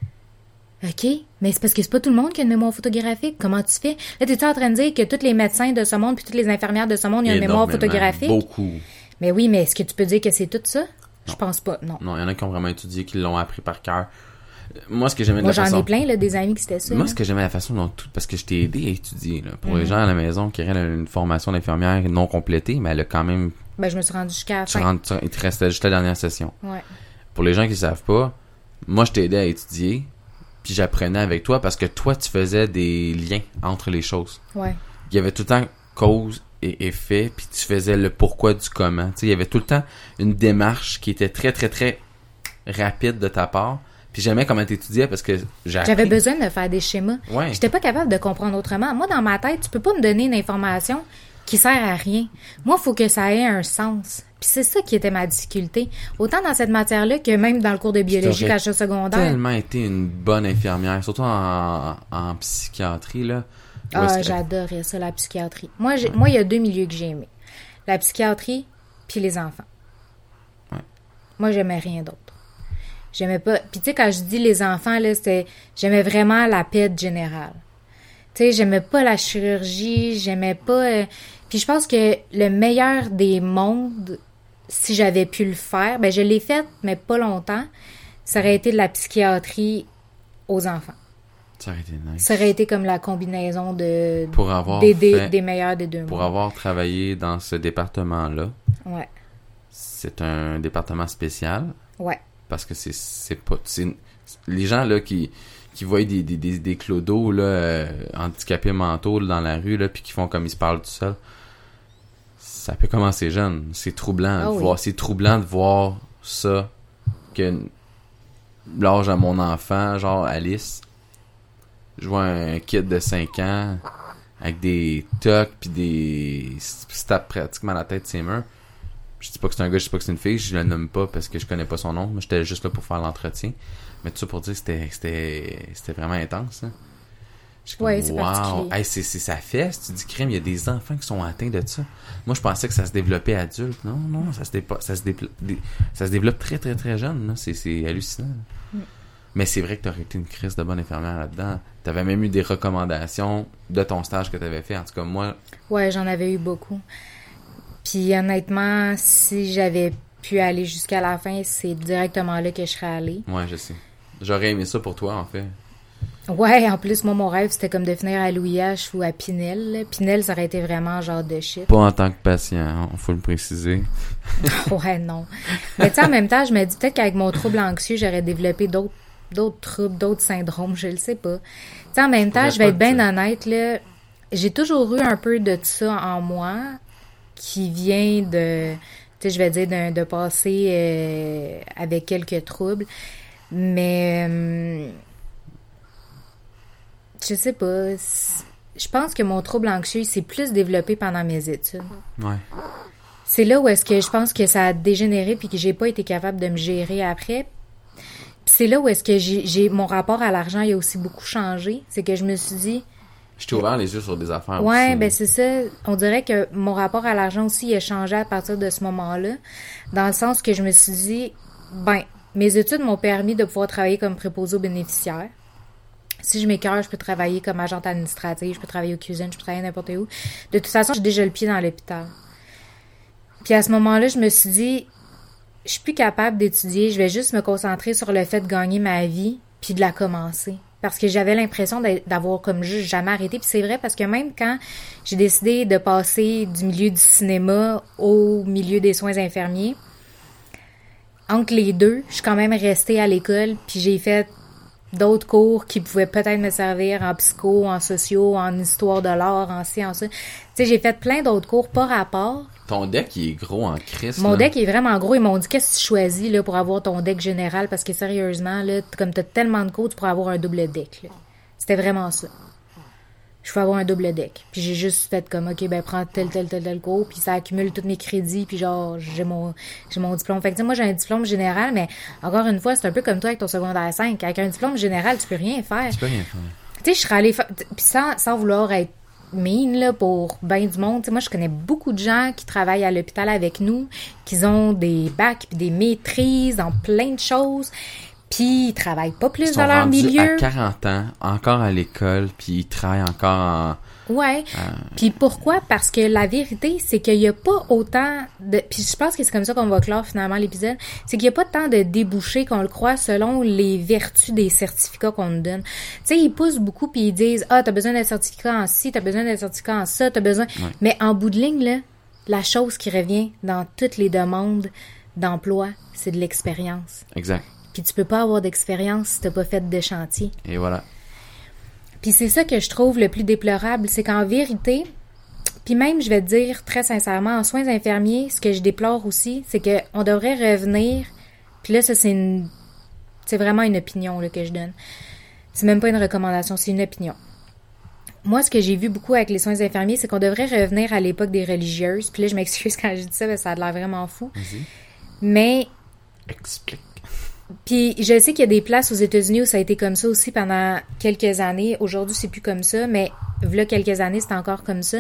OK, mais c'est parce que c'est pas tout le monde qui a une mémoire photographique. Comment tu fais? Là, t'es-tu en train de dire que tous les médecins de ce monde puis toutes les infirmières de ce monde, ils ont une mémoire photographique? Beaucoup. Mais oui, mais est-ce que tu peux dire que c'est tout ça? Non. Je pense pas, non. Non, il y en a qui ont vraiment étudié, qui l'ont appris par cœur. Moi, ce que j'aimais de la façon... Moi, j'en ai plein, là, des amis qui c'était ça. Moi, ce que j'aimais la façon dont tout... Parce que je t'ai aidé à étudier, là. Pour les gens à la maison qui auraient une formation d'infirmière non complétée, mais elle a quand même... Ben, je me suis rendue jusqu'à la fin. Il te restait juste la dernière session. Ouais. Pour les gens qui ne savent pas, moi, je t'ai aidé à étudier... Puis j'apprenais avec toi parce que toi, tu faisais des liens entre les choses. Ouais. Il y avait tout le temps cause et effet, puis tu faisais le pourquoi du comment. Tu sais, il y avait tout le temps une démarche qui était très, très, très rapide de ta part. Puis j'aimais comment tu étudiais parce que j'avais besoin de faire des schémas. Ouais. J'étais pas capable de comprendre autrement. Moi, dans ma tête, tu peux pas me donner une information qui sert à rien. Moi, il faut que ça ait un sens. Puis c'est ça qui était ma difficulté. Autant dans cette matière-là que même dans le cours de biologie quand j'étais au secondaire. J'ai tellement été une bonne infirmière, surtout en psychiatrie, là. J'adorais ça, la psychiatrie. Moi, il y a 2 milieux que j'ai aimés. La psychiatrie puis les enfants. Ouais. Moi, j'aimais rien d'autre. J'aimais pas... Puis tu sais, quand je dis les enfants, là, j'aimais vraiment la PED générale. Tu sais, j'aimais pas la chirurgie, j'aimais pas... Puis je pense que le meilleur des mondes, si j'avais pu le faire, ben je l'ai fait, mais pas longtemps, ça aurait été de la psychiatrie aux enfants. Ça aurait été nice. Ça aurait été comme la combinaison des meilleurs des deux mondes. Pour avoir travaillé dans ce département-là, ouais. C'est un département spécial. Ouais. Parce que c'est pas... les gens là qui voient des clodos là, handicapés mentaux là, dans la rue, là, puis qui font comme ils se parlent tout seuls, ça peut commencer jeune. C'est troublant de voir. C'est troublant de voir ça, que l'âge à mon enfant, genre Alice, je vois un kid de 5 ans avec des tocs puis des... se tape pratiquement la tête de ses murs. Je dis pas que c'est un gars, je dis pas que c'est une fille, je le nomme pas parce que je connais pas son nom. Moi, j'étais juste là pour faire l'entretien. Mais tout ça pour dire que c'était vraiment intense. Hein. Ouais, c'est particulier. Hey, ça fesse. Tu dis, crème, il y a des enfants qui sont atteints de ça. Moi, je pensais que ça se développait adulte. Non, ça se développe très, très, très jeune. Là. C'est hallucinant. Mm. Mais c'est vrai que t'aurais été une crise de bonne infirmière là-dedans. T'avais même eu des recommandations de ton stage que t'avais fait. En tout cas, moi... Ouais, j'en avais eu beaucoup. Puis honnêtement, si j'avais pu aller jusqu'à la fin, c'est directement là que je serais allée. Ouais, je sais. J'aurais aimé ça pour toi, en fait. Ouais, en plus, moi, mon rêve, c'était comme de finir à l'OIH ou à Pinel. Là. Pinel, ça aurait été vraiment genre de shit. Pas en tant que patient, faut le préciser. Ouais, non. Mais tu sais, en même temps, je me dis peut-être qu'avec mon trouble anxieux, j'aurais développé d'autres troubles, d'autres syndromes, je le sais pas. Tu sais, en même temps, je vais être bien honnête, là, j'ai toujours eu un peu de ça en moi qui vient de, tu sais, je vais dire de passer avec quelques troubles. Mais je sais pas. Je pense que mon trouble anxieux s'est plus développé pendant mes études. Ouais. C'est là où est-ce que je pense que ça a dégénéré puis que j'ai pas été capable de me gérer après. Puis c'est là où est-ce que j'ai mon rapport à l'argent il a aussi beaucoup changé. C'est que je me suis dit... Je t'ai ouvert les yeux sur des affaires ouais, aussi. Ben c'est ça. On dirait que mon rapport à l'argent aussi il a changé à partir de ce moment-là. Dans le sens que je me suis dit, mes études m'ont permis de pouvoir travailler comme préposé aux bénéficiaires. Si je m'écœure, je peux travailler comme agente administrative, je peux travailler aux cuisines, je peux travailler n'importe où. De toute façon, j'ai déjà le pied dans l'hôpital. Puis à ce moment-là, je me suis dit, je suis plus capable d'étudier, je vais juste me concentrer sur le fait de gagner ma vie, puis de la commencer. Parce que j'avais l'impression d'avoir comme juste jamais arrêté. Puis c'est vrai parce que même quand j'ai décidé de passer du milieu du cinéma au milieu des soins infirmiers, entre les deux, je suis quand même restée à l'école, puis j'ai fait d'autres cours qui pouvaient peut-être me servir en psycho, en socio, en histoire de l'art, en ci, en ça. Tu sais, j'ai fait plein d'autres cours par rapport. Ton deck, il est gros en crise. Mon deck est vraiment gros. Ils m'ont dit, qu'est-ce que tu choisis là, pour avoir ton deck général? Parce que sérieusement, là, comme tu as tellement de cours, tu pourrais avoir un double deck. Là. C'était vraiment ça. Je peux avoir un double deck. Puis j'ai juste fait comme, OK, ben prends tel cours, puis ça accumule tous mes crédits, puis genre, j'ai mon diplôme. Fait que moi, j'ai un diplôme général, mais encore une fois, c'est un peu comme toi avec ton secondaire 5. Avec un diplôme général, tu peux rien faire. Tu peux rien faire. Tu sais, je serais allée faire... Puis sans vouloir être mine, là, pour ben du monde. Tu sais, moi, je connais beaucoup de gens qui travaillent à l'hôpital avec nous, qui ont des bacs puis des maîtrises dans plein de choses, puis ils travaillent pas plus dans leur milieu. À 40 ans, encore à l'école, puis ils travaillent encore en... Ouais. Puis pourquoi? Parce que la vérité, c'est qu'il y a pas autant de... Puis je pense que c'est comme ça qu'on va clore finalement l'épisode. C'est qu'il y a pas tant de débouchés qu'on le croit selon les vertus des certificats qu'on nous donne. Tu sais, ils poussent beaucoup puis ils disent « Ah, t'as besoin d'un certificat en ci, t'as besoin d'un certificat en ça, t'as besoin... Ouais. » Mais en bout de ligne, là, la chose qui revient dans toutes les demandes d'emploi, c'est de l'expérience. Exact. Puis tu peux pas avoir d'expérience si t'as pas fait de chantier. Et voilà. Puis c'est ça que je trouve le plus déplorable, c'est qu'en vérité, puis même, je vais te dire très sincèrement, en soins infirmiers, ce que je déplore aussi, c'est qu'on devrait revenir, puis là, ça, c'est vraiment une opinion là, que je donne. C'est même pas une recommandation, c'est une opinion. Moi, ce que j'ai vu beaucoup avec les soins infirmiers, c'est qu'on devrait revenir à l'époque des religieuses, puis là, je m'excuse quand je dis ça, parce que ça a l'air vraiment fou. Vas-y. Mais... Explique. Puis je sais qu'il y a des places aux États-Unis où ça a été comme ça aussi pendant quelques années. Aujourd'hui, c'est plus comme ça, mais voilà quelques années, c'était encore comme ça.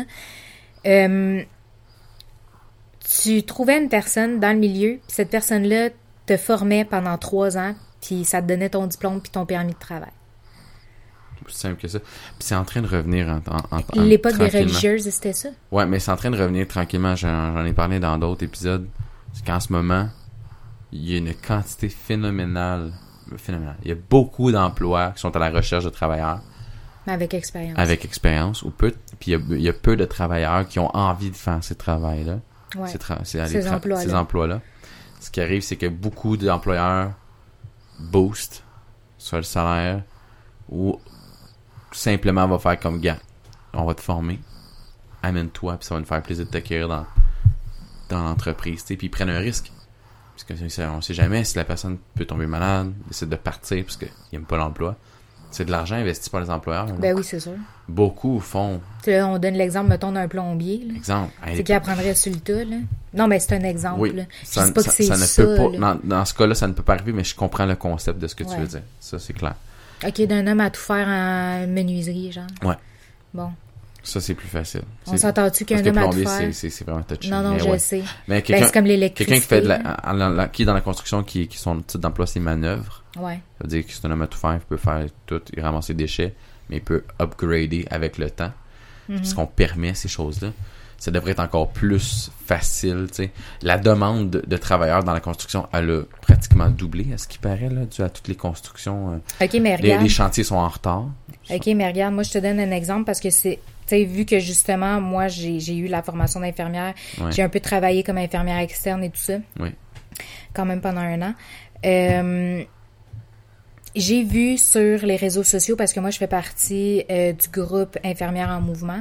Tu trouvais une personne dans le milieu, puis cette personne-là te formait pendant 3 ans, puis ça te donnait ton diplôme puis ton permis de travail. C'est simple que ça. Puis c'est en train de revenir en l'époque des religieuses, c'était ça? Ouais, mais c'est en train de revenir tranquillement. J'en ai parlé dans d'autres épisodes. C'est qu'en ce moment... il y a une quantité phénoménale. Il y a beaucoup d'emplois qui sont à la recherche de travailleurs. Avec expérience. Avec expérience, ou peu. Puis il y a peu de travailleurs qui ont envie de faire ces travails-là. Ouais. Ces emplois-là. Ce qui arrive, c'est que beaucoup d'employeurs boostent soit le salaire ou simplement va faire comme gars. On va te former. Amène-toi, puis ça va nous faire plaisir de t'accueillir dans l'entreprise. Puis ils prennent un risque. Parce qu'on ne sait jamais si la personne peut tomber malade, décide de partir parce qu'il n'aime pas l'emploi. C'est de l'argent investi par les employeurs. Ben oui, c'est sûr. Beaucoup font. Là, on donne l'exemple, mettons, d'un plombier. Là. Exemple. C'est qui apprendrait sur le tas. Là. Non, mais c'est un exemple. Oui. Là. Ça, je dis pas que c'est ça. Ne peut pas, dans ce cas-là, ça ne peut pas arriver, mais je comprends le concept de ce que tu veux dire. Ça, c'est clair. OK, d'un homme à tout faire en menuiserie, genre. Ouais. Bon. Ça, c'est plus facile. On s'entend-tu qu'un homme à tout faire? C'est vraiment touchy. Non, je sais. Mais c'est comme l'électricité. Quelqu'un qui fait qui est dans la construction, qui son titre d'emploi, c'est manœuvre. Ouais. Ça veut dire que c'est un homme à tout faire, il peut faire tout, il ramasse ses déchets, mais il peut upgrader avec le temps. Parce qu'on permet ces choses-là. Ça devrait être encore plus facile, tu sais. La demande de travailleurs dans la construction, elle a pratiquement doublé, à ce qui paraît, là, dû à toutes les constructions. OK, mais regarde. Les chantiers sont en retard. OK, mais regarde, moi, je te donne un exemple parce que c'est... Tu sais, vu que justement, moi, j'ai eu la formation d'infirmière, j'ai un peu travaillé comme infirmière externe et tout ça. Oui. Quand même pendant 1 an. j'ai vu sur les réseaux sociaux, parce que moi, je fais partie du groupe Infirmières en mouvement.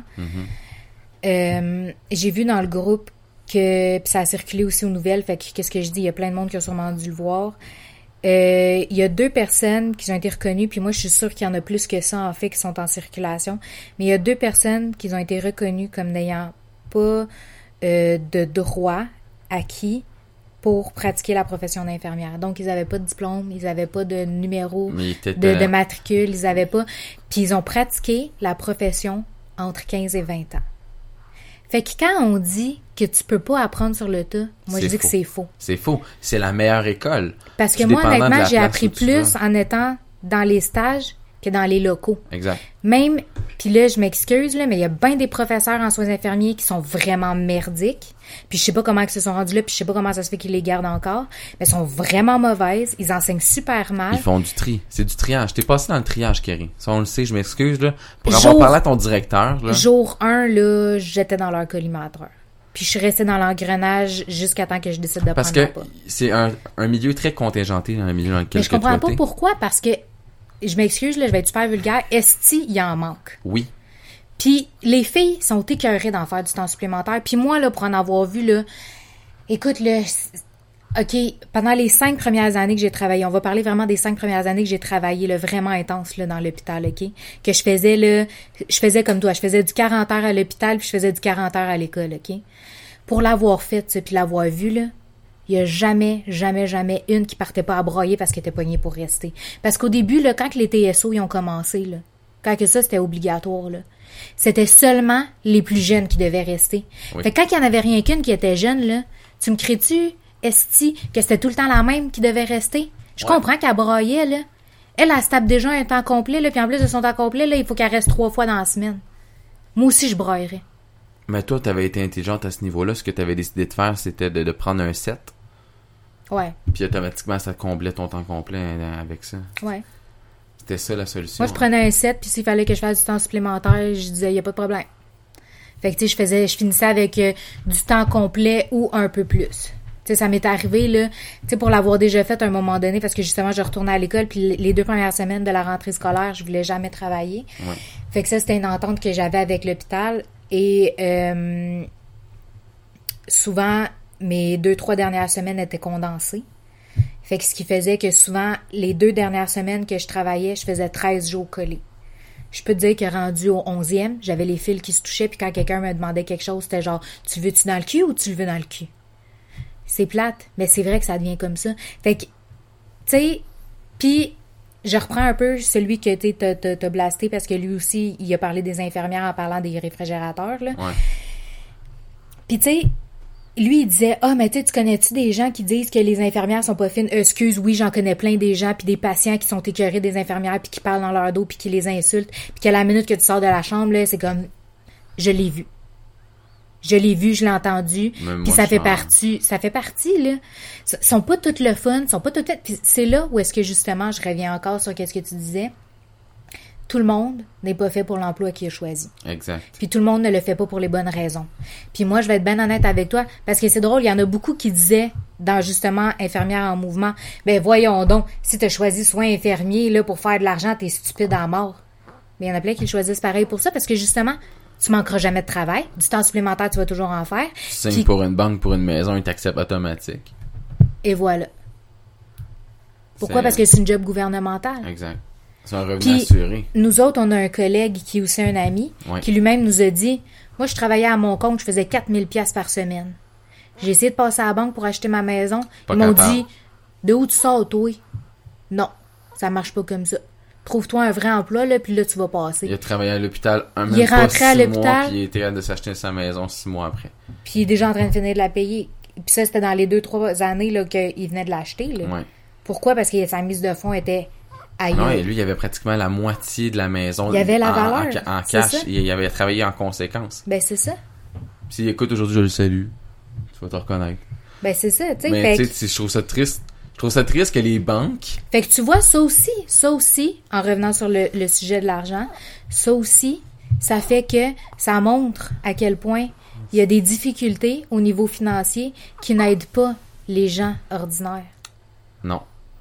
J'ai vu dans le groupe que... Puis ça a circulé aussi aux nouvelles, fait que qu'est-ce que je dis? Il y a plein de monde qui a sûrement dû le voir. Il y a 2 personnes qui ont été reconnues, puis moi, je suis sûre qu'il y en a plus que ça, en fait, qui sont en circulation. Mais il y a 2 personnes qui ont été reconnues comme n'ayant pas de droit acquis pour pratiquer la profession d'infirmière. Donc, ils n'avaient pas de diplôme, ils n'avaient pas de numéro de matricule, ils n'avaient pas... Puis, ils ont pratiqué la profession entre 15 et 20 ans. Fait que quand on dit que tu peux pas apprendre sur le tas, moi, je dis que c'est faux. C'est faux. C'est la meilleure école. Parce que moi, honnêtement, j'ai appris plus en étant dans les stages que dans les locaux. Exact. Même, puis là, je m'excuse, là, mais il y a bien des professeurs en soins infirmiers qui sont vraiment merdiques. Puis je sais pas comment ils se sont rendus là, puis je sais pas comment ça se fait qu'ils les gardent encore. Mais ils sont vraiment mauvaises. Ils enseignent super mal. Ils font du tri. C'est du triage. T'es passé dans le triage, Kerry. Ça, on le sait, je m'excuse, là. Pour avoir parlé à ton directeur, là. Jour 1, là, j'étais dans leur collimateur. Puis je suis restée dans l'engrenage jusqu'à temps que je décide de prendre la pas. Parce que c'est un milieu très contingenté dans le milieu dans lequel mais je comprends pas pourquoi, parce que je m'excuse, là, je vais être super vulgaire. Esti, il en manque. Oui. Puis les filles sont écœurées d'en faire du temps supplémentaire. Puis moi, là, pour en avoir vu, là, écoute, là, OK, pendant les 5 premières années que j'ai travaillé, on va parler vraiment des 5 premières années que j'ai travaillé, là, vraiment intense, là, dans l'hôpital, OK? Que je faisais comme toi, je faisais du 40 heures à l'hôpital, puis je faisais du 40 heures à l'école, OK? Pour l'avoir fait, ça, puis l'avoir vu, là, il y a jamais une qui partait pas à broyer parce qu'elle était pognée pour rester. Parce qu'au début, là, quand les TSO, ils ont commencé, là, quand que ça, c'était obligatoire, là, c'était seulement les plus jeunes qui devaient rester. Oui. Fait que quand il y en avait rien qu'une qui était jeune, là, tu me crées-tu, esti, que c'était tout le temps la même qui devait rester? Je comprends qu'elle broyait, là. Elle se tape déjà un temps complet, là, puis en plus de son temps complet, là, il faut qu'elle reste 3 fois dans la semaine. Moi aussi, je broyerais. Mais toi, t'avais été intelligente à ce niveau-là. Ce que t'avais décidé de faire, c'était de prendre un 7. Ouais. Puis automatiquement, ça comblait ton temps complet avec ça. Ouais. C'était ça la solution. Moi, je prenais un 7, puis s'il fallait que je fasse du temps supplémentaire, je disais, il n'y a pas de problème. Fait que, tu sais, je finissais avec du temps complet ou un peu plus. Tu sais, ça m'est arrivé, là, tu sais, pour l'avoir déjà fait à un moment donné, parce que justement, je retournais à l'école, puis les 2 premières semaines de la rentrée scolaire, je voulais jamais travailler. Ouais. Fait que ça, c'était une entente que j'avais avec l'hôpital. Et souvent, mes 2-3 dernières semaines étaient condensées. Fait que ce qui faisait que souvent, les 2 dernières semaines que je travaillais, je faisais 13 jours collés. Je peux te dire que rendu au 11e, j'avais les fils qui se touchaient, puis quand quelqu'un me demandait quelque chose, c'était genre, tu le veux-tu dans le cul ou tu le veux dans le cul? C'est plate, mais c'est vrai que ça devient comme ça. Fait que, tu sais, puis je reprends un peu celui que t'as blasté parce que lui aussi, il a parlé des infirmières en parlant des réfrigérateurs, là. Ouais. Puis tu sais, lui, il disait, mais tu connais-tu des gens qui disent que les infirmières sont pas fines? Excuse, oui, j'en connais plein des gens, puis des patients qui sont écœurés des infirmières, puis qui parlent dans leur dos, puis qui les insultent, puis qu'à la minute que tu sors de la chambre, là, c'est comme, je l'ai vu. Je l'ai vu, je l'ai entendu, puis ça fait partie, là. Sont pas toutes le fun, sont pas toutes, puis c'est là où est-ce que justement, je reviens encore sur qu'est-ce que tu disais. Tout le monde n'est pas fait pour l'emploi qu'il a choisi. Exact. Puis tout le monde ne le fait pas pour les bonnes raisons. Puis moi, je vais être bien honnête avec toi, parce que c'est drôle, il y en a beaucoup qui disaient, dans justement Infirmières en mouvement, ben voyons donc, si t'as choisi soin infirmier, là, pour faire de l'argent, t'es stupide à mort. Mais il y en a plein qui le choisissent pareil pour ça, parce que justement, tu manqueras jamais de travail. Du temps supplémentaire, tu vas toujours en faire. Tu signes pour une banque, pour une maison, ils t'acceptent automatique. Et voilà. Pourquoi? Parce que c'est une job gouvernementale. Exact. C'est un revenu assuré. Nous autres, on a un collègue qui est aussi un ami, qui lui-même nous a dit, moi, je travaillais à mon compte, je faisais 4000 $ par semaine. J'ai essayé de passer à la banque pour acheter ma maison. Ils m'ont dit, de où tu sors, toi? Non, ça marche pas comme ça. Trouve-toi un vrai emploi, là, puis là, tu vas passer. Il a travaillé à l'hôpital il est rentré à l'hôpital, puis il était capable de s'acheter sa maison 6 mois après. Puis il est déjà en train de finir de la payer. Puis ça, c'était dans les 2-3 années là, qu'il venait de l'acheter. Là. Ouais. Pourquoi? Parce que sa mise de fonds était ailleurs. Non, et lui, il avait pratiquement la moitié de la maison. Il avait la valeur. En cash. Il avait travaillé en conséquence. Ben, c'est ça. Puis s'il écoute aujourd'hui, je le salue. Tu vas te reconnaître. Ben, c'est ça, tu sais. Mais tu sais, je trouve ça triste. Je trouve ça triste que les banques... Fait que tu vois, ça aussi, en revenant sur le sujet de l'argent, ça aussi, ça fait que ça montre à quel point il y a des difficultés au niveau financier qui n'aident pas les gens ordinaires. Non.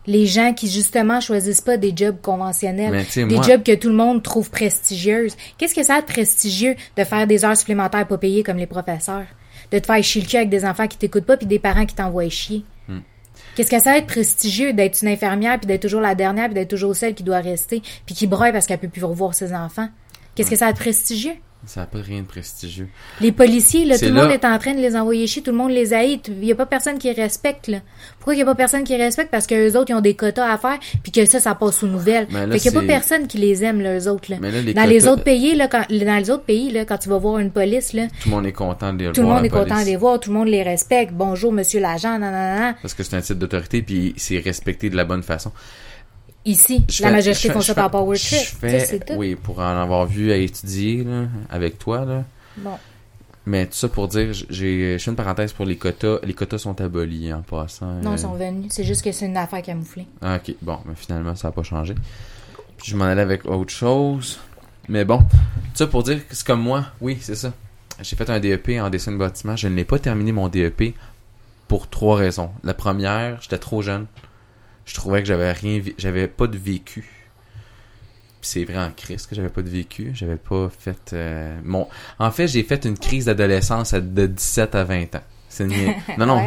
Les gens qui, justement, choisissent pas des jobs conventionnels, des moi... jobs que tout le monde trouve prestigieuses. Qu'est-ce que ça a de prestigieux de faire des heures supplémentaires pas payées comme les professeurs? De te faire chier le cul avec des enfants qui t'écoutent pas puis des parents qui t'envoient chier? Qu'est-ce que ça va être prestigieux d'être une infirmière puis d'être toujours la dernière puis d'être toujours celle qui doit rester puis qui broye parce qu'elle peut plus revoir ses enfants? Qu'est-ce que ça va être prestigieux? Ça n'a pas rien de prestigieux. Les policiers, là, tout le monde est en train de les envoyer chier, tout le monde les haït. Il n'y a pas personne qui les respecte, là. Pourquoi il n'y a pas personne qui les respecte? Parce qu'eux autres, ils ont des quotas à faire, puis que ça passe aux nouvelles. Fait qu'il n'y a pas personne qui les aime, là, eux autres, là. Dans les autres pays, là, quand tu vas voir une police, là. Tout le monde est content de les voir. Tout le monde est content de les voir, tout le monde les respecte. Bonjour, monsieur l'agent, nanana. Parce que c'est un titre d'autorité, puis c'est respecté de la bonne façon. Ici, la majorité font ça par Power Trip. C'est tout. Oui, pour en avoir vu à étudier, là, avec toi, là. Bon. Mais tout ça pour dire, je fais une parenthèse pour les quotas. Les quotas sont abolis, en passant. Non, ils sont venus. C'est juste que c'est une affaire camouflée. Ah, ok. Bon, mais finalement, ça n'a pas changé. Puis je m'en allais avec autre chose. Mais bon, tout ça pour dire que c'est comme moi. Oui, c'est ça. J'ai fait un DEP en dessin de bâtiment. Je ne l'ai pas terminé, mon DEP, pour 3 raisons. La première, j'étais trop jeune. Je trouvais que j'avais pas de vécu. Puis c'est vrai en crise que j'avais pas de vécu. J'avais pas fait en fait, j'ai fait une crise d'adolescence de 17 à 20 ans. C'est non,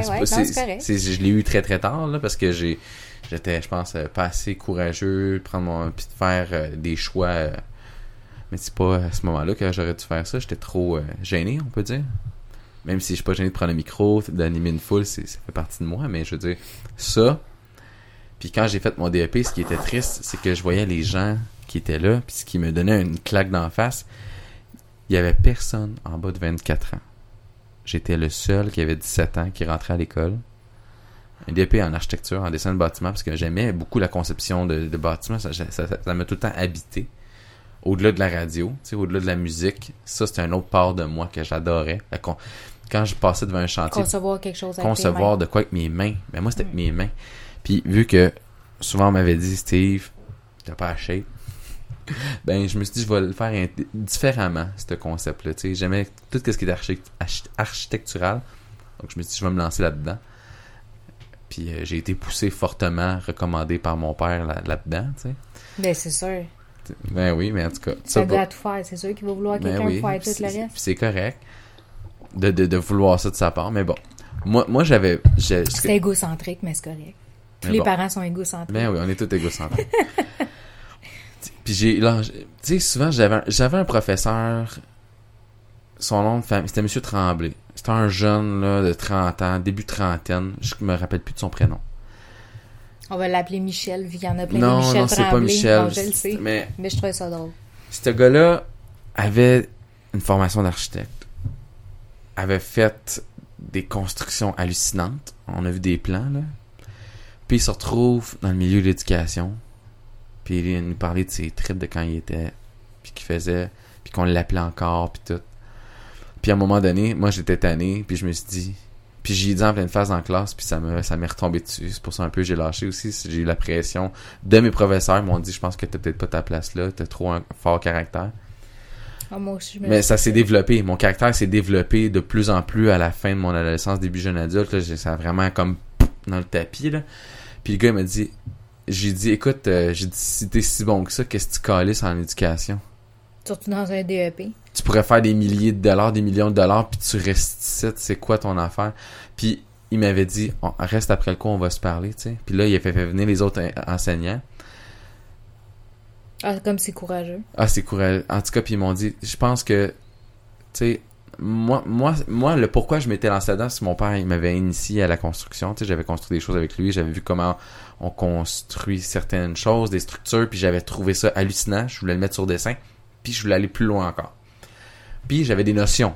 je l'ai eu très très tard là parce que j'étais je pense pas assez courageux puis de faire des choix mais c'est pas à ce moment-là que j'aurais dû faire ça, j'étais trop gêné, on peut dire. Même si je suis pas gêné de prendre le micro, d'animer une foule, ça fait partie de moi, mais je veux dire ça. Puis quand j'ai fait mon DEP, ce qui était triste, c'est que je voyais les gens qui étaient là, puis ce qui me donnait une claque d'en face, il y avait personne en bas de 24 ans. J'étais le seul qui avait 17 ans qui rentrait à l'école. Un DEP en architecture, en dessin de bâtiment, parce que j'aimais beaucoup la conception de bâtiments, ça m'a tout le temps habité. Au-delà de la radio, au-delà de la musique, ça c'était un autre part de moi que j'adorais. Quand je passais devant un chantier, concevoir quelque chose avec concevoir de quoi avec mes mains. Ben moi c'était avec mes mains. Puis vu que souvent on m'avait dit Steve, t'as pas la shape, ben je me suis dit je vais le faire différemment, ce concept-là. Tu sais, j'aimais tout ce qui était architectural, donc je me suis dit je vais me lancer là-dedans. Puis j'ai été poussé fortement, recommandé par mon père là-dedans, tu sais. Ben c'est sûr. Ben oui, mais en tout cas... Ça doit tout faire, c'est sûr qu'il va vouloir quelqu'un pour faire tout le reste. C'est correct de vouloir ça de sa part, mais bon. Moi j'avais... C'est égocentrique, mais c'est correct. Tous les parents sont égocentriques. Ben oui, on est tous égocentriques. Puis tu sais, souvent, j'avais un professeur, son nom de famille, c'était M. Tremblay. C'était un jeune, là, de 30 ans, début trentaine, je me rappelle plus de son prénom. On va l'appeler Michel, vu qu'il y en a plein de Michel Tremblay. Non, c'est pas Michel. Bon, je le sais, mais je trouvais ça drôle. Ce gars-là avait une formation d'architecte, avait fait des constructions hallucinantes. On a vu des plans, là. Puis il se retrouve dans le milieu de l'éducation. Puis il nous parlait de ses trips de quand il était, puis qu'il faisait, puis qu'on l'appelait encore, puis tout. Puis à un moment donné, moi j'étais tanné, puis je me suis dit... Puis j'ai dit en pleine phase en classe, puis ça m'est retombé dessus. C'est pour ça un peu j'ai lâché aussi. J'ai eu la pression de mes professeurs. Ils m'ont dit, je pense que t'as peut-être pas ta place là, t'as trop un fort caractère. Oh, moi aussi, mais ça s'est développé. Mon caractère s'est développé de plus en plus à la fin de mon adolescence, début jeune adulte. Là, ça a vraiment comme dans le tapis, là. Puis le gars il m'a dit, j'ai dit, écoute, si t'es si bon que ça, qu'est-ce que tu calisses en éducation? Surtout dans un DEP. Tu pourrais faire des milliers de dollars, des millions de dollars, puis tu restes ici, c'est quoi ton affaire? Puis il m'avait dit, reste après le cours, on va se parler, tu sais. Puis là, il a fait venir les autres enseignants. Ah, comme c'est courageux. Ah, c'est courageux. En tout cas, puis ils m'ont dit, je pense que, tu sais, moi, le pourquoi je m'étais lancé là-dedans, c'est mon père, il m'avait initié à la construction, tu sais, j'avais construit des choses avec lui, j'avais vu comment on construit certaines choses, des structures, puis j'avais trouvé ça hallucinant, je voulais le mettre sur dessin, puis je voulais aller plus loin encore. Puis j'avais des notions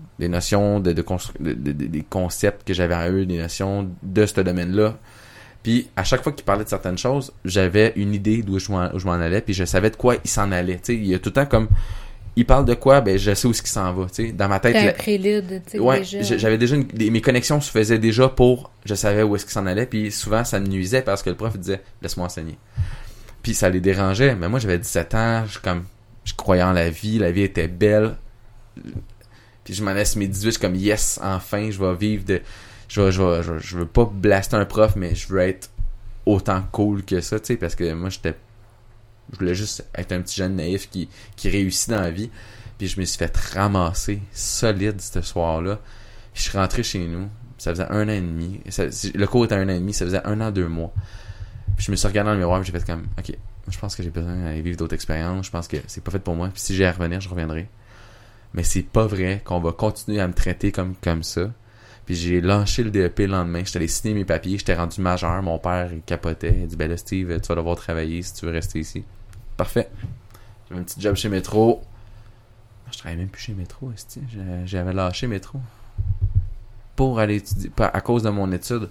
des concepts que j'avais à eux, des notions de ce domaine-là. Puis à chaque fois qu'il parlait de certaines choses, j'avais une idée d'où je m'en allais, puis je savais de quoi il s'en allait. Tu sais, il y a tout le temps comme il parle de quoi, ben je sais où ce qu'il s'en va. Tu sais, dans ma tête. C'est un prélude. Tu sais, ouais, déjà. J'avais déjà mes connexions se faisaient déjà pour, je savais où est-ce qu'il s'en allait, puis souvent ça me nuisait parce que le prof disait laisse-moi enseigner. Puis ça les dérangeait, mais moi j'avais 17 ans, je croyais en la vie était belle. Puis je m'en laisse mes 18, je suis comme yes, enfin, je vais vivre je veux pas blaster un prof, mais je veux être autant cool que ça, tu sais, parce que moi, je voulais juste être un petit jeune naïf qui réussit dans la vie. Puis je me suis fait ramasser solide ce soir-là. Puis je suis rentré chez nous. Ça faisait 1 an et demi. Le cours était 1 an et demi. Ça faisait 1 an, 2 mois. Puis je me suis regardé dans le miroir et j'ai fait comme, OK, je pense que j'ai besoin d'aller vivre d'autres expériences. Je pense que c'est pas fait pour moi. Puis si j'ai à revenir, je reviendrai. Mais c'est pas vrai qu'on va continuer à me traiter comme ça. Puis j'ai lâché le DEP le lendemain. J'étais allé signer mes papiers. J'étais rendu majeur. Mon père, il capotait. Il a dit, ben là, Steve, tu vas devoir travailler si tu veux rester ici. Parfait. J'avais un petit job chez Métro. Je travaillais même plus chez Métro. J'avais lâché Métro. Pour aller étudier. À cause de mon étude.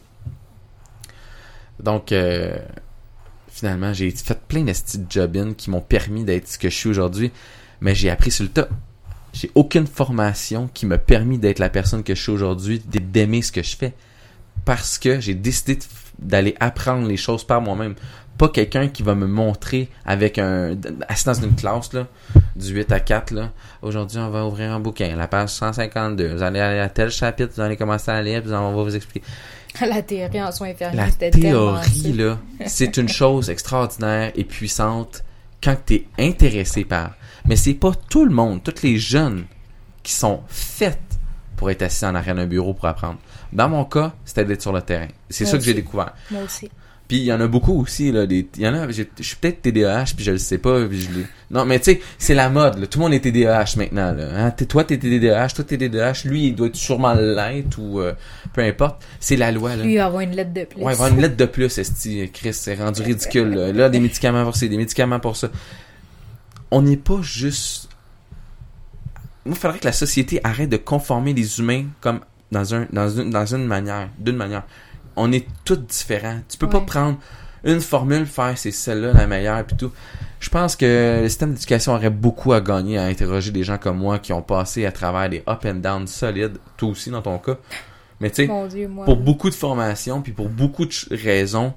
Donc, finalement, j'ai fait plein de petits job-in qui m'ont permis d'être ce que je suis aujourd'hui. Mais j'ai appris sur le tas. J'ai aucune formation qui m'a permis d'être la personne que je suis aujourd'hui, d'aimer ce que je fais. Parce que j'ai décidé d'aller apprendre les choses par moi-même. Pas quelqu'un qui va me montrer avec assis dans une classe, là, du 8 à 4, là. Aujourd'hui, on va ouvrir un bouquin, la page 152. Vous allez aller à tel chapitre, vous allez commencer à lire, puis on va vous expliquer. La théorie en soins infirmiers, la c'était théorie, là, c'est une chose extraordinaire et puissante quand t'es intéressé par. Mais c'est pas tout le monde, tous les jeunes qui sont faits pour être assis en arrière d'un bureau pour apprendre. Dans mon cas, c'était d'être sur le terrain. C'est ça que j'ai découvert. Moi aussi. Puis il y en a beaucoup aussi, là. Il y en a, je suis peut-être TDAH, puis je le sais pas, puis non, mais tu sais, c'est la mode, là. Tout le monde est TDAH maintenant, là. Hein? Toi, t'es TDAH, lui, il doit être sûrement l'être, ou peu importe. C'est la loi, là. Lui, avoir une lettre de plus. Ouais, avoir une lettre de plus, Chris, c'est rendu ridicule, là. Là, des médicaments pour ça, des médicaments pour ça. On n'est pas juste... Moi, il faudrait que la société arrête de conformer les humains comme dans une manière, d'une manière. On est tous différents. Tu peux pas prendre une formule, faire c'est celle-là la meilleure, puis tout. Je pense que le système d'éducation aurait beaucoup à gagner à interroger des gens comme moi qui ont passé à travers des up and down solides, toi aussi dans ton cas. Mais tu sais, pour beaucoup de formations, puis pour beaucoup de raisons,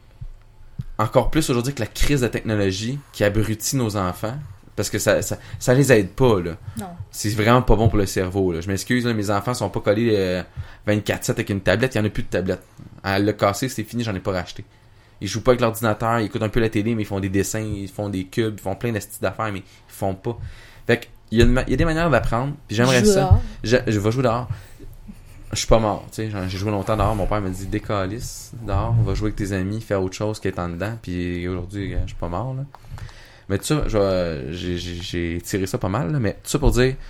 encore plus aujourd'hui que la crise de la technologie qui abrutit nos enfants, parce que ça les aide pas, là. Non. C'est vraiment pas bon pour le cerveau, là. Je m'excuse, là, mes enfants sont pas collés 24/7 avec une tablette. Il y en a plus de tablette. Elle l'a cassé, c'est fini, j'en ai pas racheté. Ils jouent pas avec l'ordinateur, ils écoutent un peu la télé, mais ils font des dessins, ils font des cubes, ils font plein de styles d'affaires, mais ils font pas. Fait que, il y a des manières d'apprendre, puis j'aimerais ça. Je vais jouer dehors. Je suis pas mort, tu sais, j'ai joué longtemps dehors, mon père me dit décalisse dehors, on va jouer avec tes amis, faire autre chose qu'être en dedans, puis aujourd'hui, je suis pas mort, là. Mais tout ça, j'ai tiré ça pas mal, là, mais tout ça pour dire,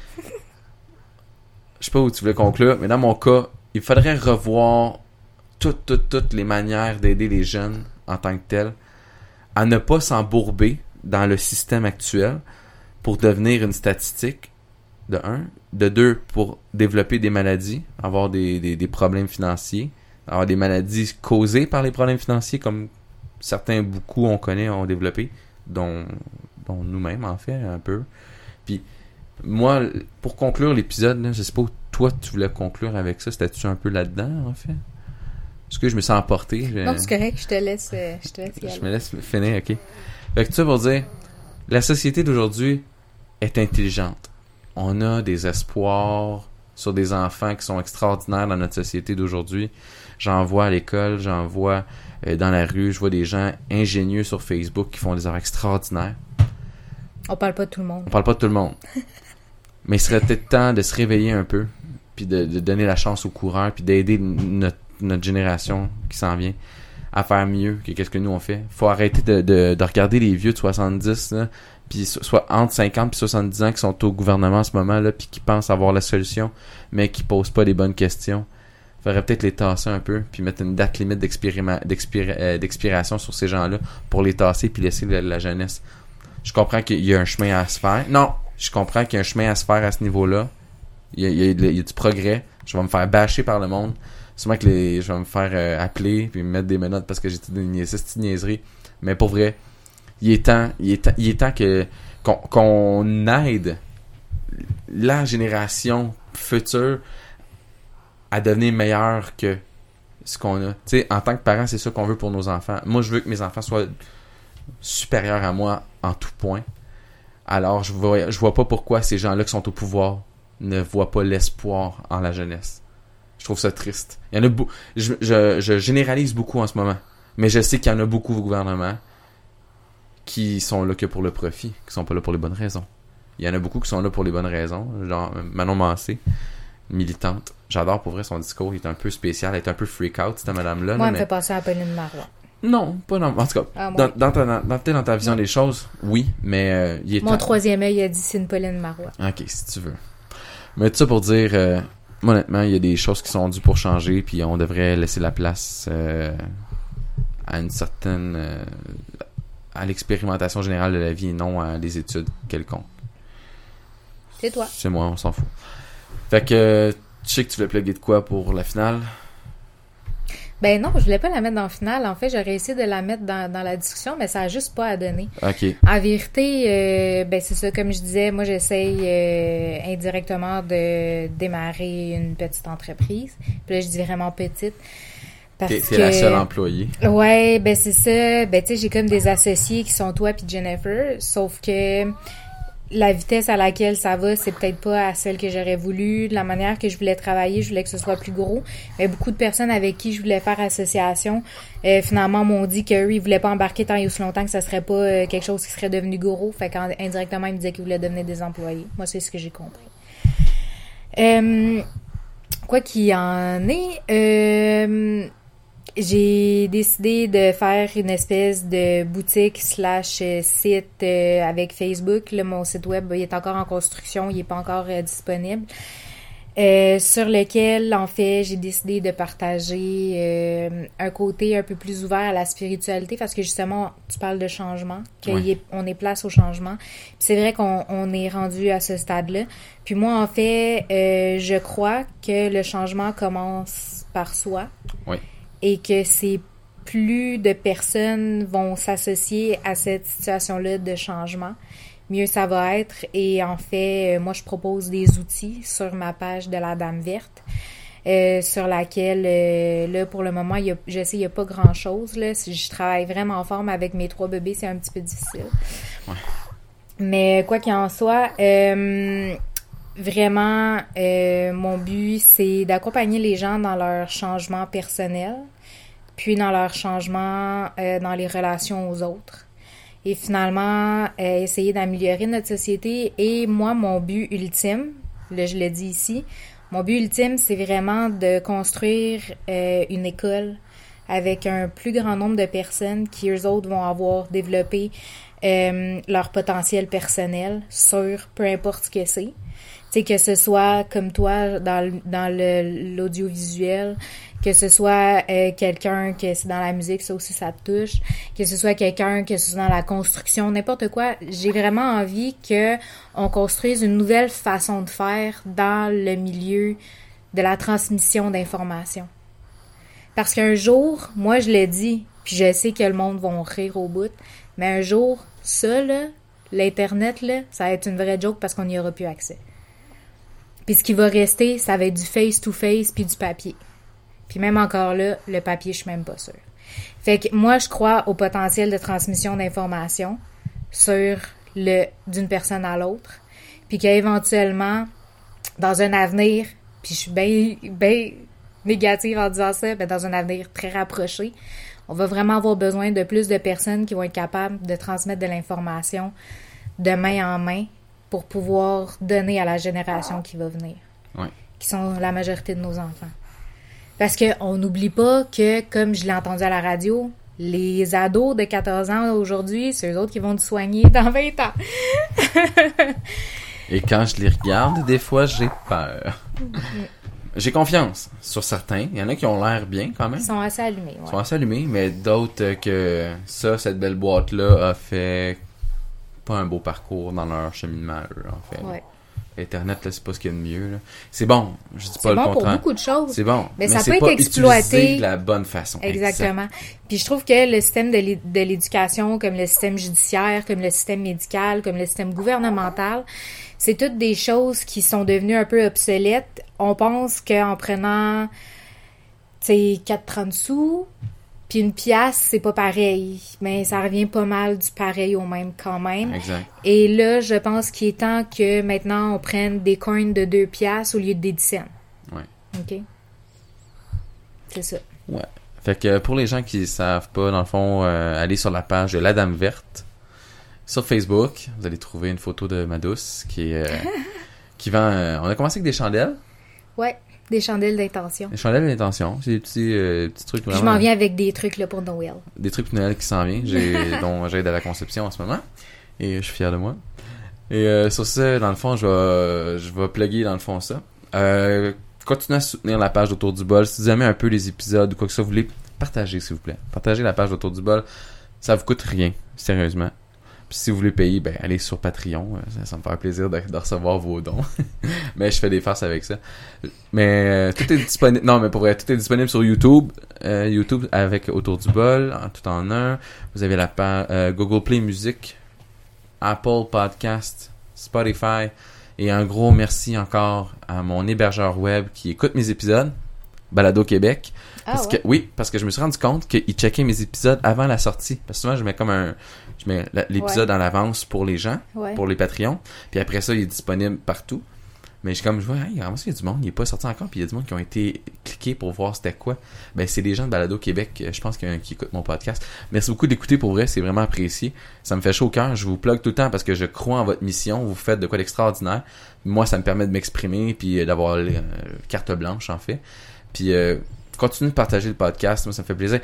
je sais pas où tu voulais conclure, mais dans mon cas, il faudrait revoir toutes les manières d'aider les jeunes en tant que tels à ne pas s'embourber dans le système actuel pour devenir une statistique, de 1. De 2, pour développer des maladies, avoir des problèmes financiers, avoir des maladies causées par les problèmes financiers, comme beaucoup on connaît, ont développé, dont nous-mêmes, en fait, un peu. Puis, moi, pour conclure l'épisode, là, je sais pas où toi, tu voulais conclure avec ça. C'était-tu un peu là-dedans, en fait? Est-ce que je me sens emporté? Non, c'est correct, je te laisse y aller. Je me laisse finir, ok. Fait que ça pour dire, la société d'aujourd'hui est intelligente. On a des espoirs sur des enfants qui sont extraordinaires dans notre société d'aujourd'hui. J'en vois à l'école, j'en vois dans la rue, je vois des gens ingénieux sur Facebook qui font des affaires extraordinaires. On parle pas de tout le monde. On parle pas de tout le monde. Mais il serait peut-être temps de se réveiller un peu, puis de donner la chance aux coureurs, puis d'aider notre génération qui s'en vient à faire mieux que qu'est-ce que nous on fait. Faut arrêter de regarder les vieux de 70, là, puis soit entre 50 et 70 ans qui sont au gouvernement en ce moment, là, puis qui pensent avoir la solution, mais qui posent pas les bonnes questions. Faudrait peut-être les tasser un peu, puis mettre une date limite d'expiration sur ces gens-là pour les tasser, puis laisser la jeunesse. Je comprends qu'il y a un chemin à se faire. Non, je comprends qu'il y a un chemin à se faire à ce niveau-là. Il y a du progrès. Je vais me faire bâcher par le monde. Sûrement que je vais me faire appeler, puis me mettre des menottes parce que j'ai des niaiseries. Mais pour vrai, il est temps qu'on aide la génération future à devenir meilleure que ce qu'on a. Tu sais, en tant que parent, c'est ça qu'on veut pour nos enfants. Moi, je veux que mes enfants soient supérieurs à moi en tout point. Alors, je vois pas pourquoi ces gens-là qui sont au pouvoir ne voient pas l'espoir en la jeunesse. Je trouve ça triste. Il y en a je généralise beaucoup en ce moment. Mais je sais qu'il y en a beaucoup au gouvernement qui sont là que pour le profit, qui sont pas là pour les bonnes raisons. Il y en a beaucoup qui sont là pour les bonnes raisons, genre Manon Mancé, militante. J'adore pour vrai son discours, il est un peu spécial, elle est un peu freak out, cette madame-là. Moi, là, elle me fait penser à Pauline Marois. Non, pas non. En tout cas, dans ta vision des choses, oui, mais il est Mon troisième œil a dit c'est une Pauline Marois. Ok, si tu veux. Mais tout ça pour dire, honnêtement, il y a des choses qui sont dues pour changer, puis on devrait laisser la place à une certaine... à l'expérimentation générale de la vie et non à des études quelconques. C'est toi. C'est moi, on s'en fout. Fait que, tu sais que tu voulais plugger de quoi pour la finale? Ben non, je voulais pas la mettre dans le final. En fait, j'aurais essayé de la mettre dans la discussion, mais ça a juste pas à donner. OK. En vérité, ben c'est ça, comme je disais, moi j'essaye indirectement de démarrer une petite entreprise. Puis là, je dis vraiment petite. T'es la seule employée. Ouais, ben c'est ça. Ben tu sais, j'ai comme des associés qui sont toi puis Jennifer, sauf que la vitesse à laquelle ça va, c'est peut-être pas à celle que j'aurais voulu. De la manière que je voulais travailler, je voulais que ce soit plus gros. Mais beaucoup de personnes avec qui je voulais faire association, finalement, m'ont dit qu'eux, ils voulaient pas embarquer tant et aussi longtemps que ça serait pas quelque chose qui serait devenu gros. Fait qu'indirectement, ils me disaient qu'ils voulaient devenir des employés. Moi, c'est ce que j'ai compris. Quoi qu'il en est, j'ai décidé de faire une espèce de boutique / site avec Facebook. Là, mon site web, il est encore en construction, il n'est pas encore disponible. Sur lequel, en fait, j'ai décidé de partager un côté un peu plus ouvert à la spiritualité parce que justement, tu parles de changement, on est place au changement. Puis c'est vrai qu'on est rendu à ce stade-là. Puis moi, en fait, je crois que le changement commence par soi. Oui. Et que c'est plus de personnes vont s'associer à cette situation-là de changement, mieux ça va être. Et en fait, moi, je propose des outils sur ma page de la Dame Verte, sur laquelle, là, pour le moment, je sais, il n'y a pas grand-chose. Là. Je travaille vraiment fort, mais avec mes 3 bébés, c'est un petit peu difficile. Ouais. Mais quoi qu'il en soit... Vraiment, mon but, c'est d'accompagner les gens dans leur changement personnel, puis dans leur changement dans les relations aux autres. Et finalement, essayer d'améliorer notre société. Et moi, mon but ultime, là je le dis ici, mon but ultime, c'est vraiment de construire une école avec un plus grand nombre de personnes qui, eux autres, vont avoir développé leur potentiel personnel sur peu importe ce que c'est. Tu sais, que ce soit comme toi dans l'audiovisuel, que ce soit quelqu'un que c'est dans la musique, ça aussi ça te touche, que ce soit quelqu'un que c'est dans la construction, n'importe quoi. J'ai vraiment envie que on construise une nouvelle façon de faire dans le milieu de la transmission d'informations. Parce qu'un jour, moi je l'ai dit, puis je sais que le monde va rire au bout, mais un jour, ça là, l'Internet là, ça va être une vraie joke parce qu'on n'y aura plus accès. Puis ce qui va rester, ça va être du face-to-face puis du papier. Puis même encore là, le papier, je suis même pas sûre. Fait que moi, je crois au potentiel de transmission d'informations d'une personne à l'autre. Puis qu'éventuellement, dans un avenir, puis je suis bien négative en disant ça, mais dans un avenir très rapproché, on va vraiment avoir besoin de plus de personnes qui vont être capables de transmettre de l'information de main en main pour pouvoir donner à la génération qui va venir, qui sont la majorité de nos enfants. Parce qu'on n'oublie pas que, comme je l'ai entendu à la radio, les ados de 14 ans aujourd'hui, c'est eux autres qui vont nous soigner dans 20 ans. Et quand je les regarde, des fois, j'ai peur. J'ai confiance sur certains. Il y en a qui ont l'air bien quand même. Ils sont assez allumés. Ils sont assez allumés, mais d'autres que cette belle boîte-là a fait pas un beau parcours dans leur cheminement, en fait. Ouais. Internet, là, c'est pas ce qu'il y a de mieux. Là. C'est bon, je dis pas le contraire. C'est bon pour beaucoup de choses. C'est bon, mais ça peut être exploité utilisé de la bonne façon. Exactement. Exact. Puis je trouve que le système de l'éducation, comme le système judiciaire, comme le système médical, comme le système gouvernemental, c'est toutes des choses qui sont devenues un peu obsolètes. On pense qu'en prenant, tu sais, 4,30 sous, puis une pièce, c'est pas pareil. Mais ça revient pas mal du pareil au même quand même. Exact. Et là, je pense qu'il est temps que maintenant, on prenne des coins de 2 piastres au lieu de des 10 cents. Ouais. OK? C'est ça. Ouais. Fait que pour les gens qui savent pas, dans le fond, allez sur la page de La Dame Verte sur Facebook. Vous allez trouver une photo de ma douce qui vend... on a commencé avec des chandelles. Ouais, des chandelles d'intention. Des chandelles d'intention. C'est des petits trucs vraiment... Je m'en viens avec des trucs là, pour Noël. Des trucs pour Noël qui s'en viennent, dont j'aide à la conception en ce moment. Et je suis fier de moi. Et sur ça, dans le fond, je vais plugger dans le fond ça. Continuez à soutenir la page d'Autour du bol. Si vous aimez un peu les épisodes ou quoi que ça, vous voulez, partagez s'il vous plaît. Partagez la page d'Autour du bol. Ça vous coûte rien, sérieusement. Puis si vous voulez payer, ben allez sur Patreon. Ça me fait plaisir de recevoir vos dons. Mais je fais des farces avec ça. Mais tout est disponible. Non, mais pour vrai, tout est disponible sur YouTube. YouTube avec Autour du bol, tout en un. Vous avez la page Google Play Music, Apple Podcast, Spotify. Et un gros merci encore à mon hébergeur web qui écoute mes épisodes, Balado Québec. Parce que je me suis rendu compte qu'il checkait mes épisodes avant la sortie. Parce que souvent, je mets l'épisode en avance pour les gens, pour les Patreons. Puis après ça, il est disponible partout. Mais je vois, hey, vraiment, il y a du monde, il n'est pas sorti encore. Puis il y a du monde qui ont été cliqués pour voir c'était quoi. Ben, c'est des gens de Balado Québec, je pense, qui écoutent mon podcast. Merci beaucoup d'écouter pour vrai, c'est vraiment apprécié. Ça me fait chaud au cœur. Je vous plug tout le temps parce que je crois en votre mission. Vous faites de quoi d'extraordinaire. Moi, ça me permet de m'exprimer puis d'avoir carte blanche, en fait. Puis continuez de partager le podcast. Moi, ça me fait plaisir.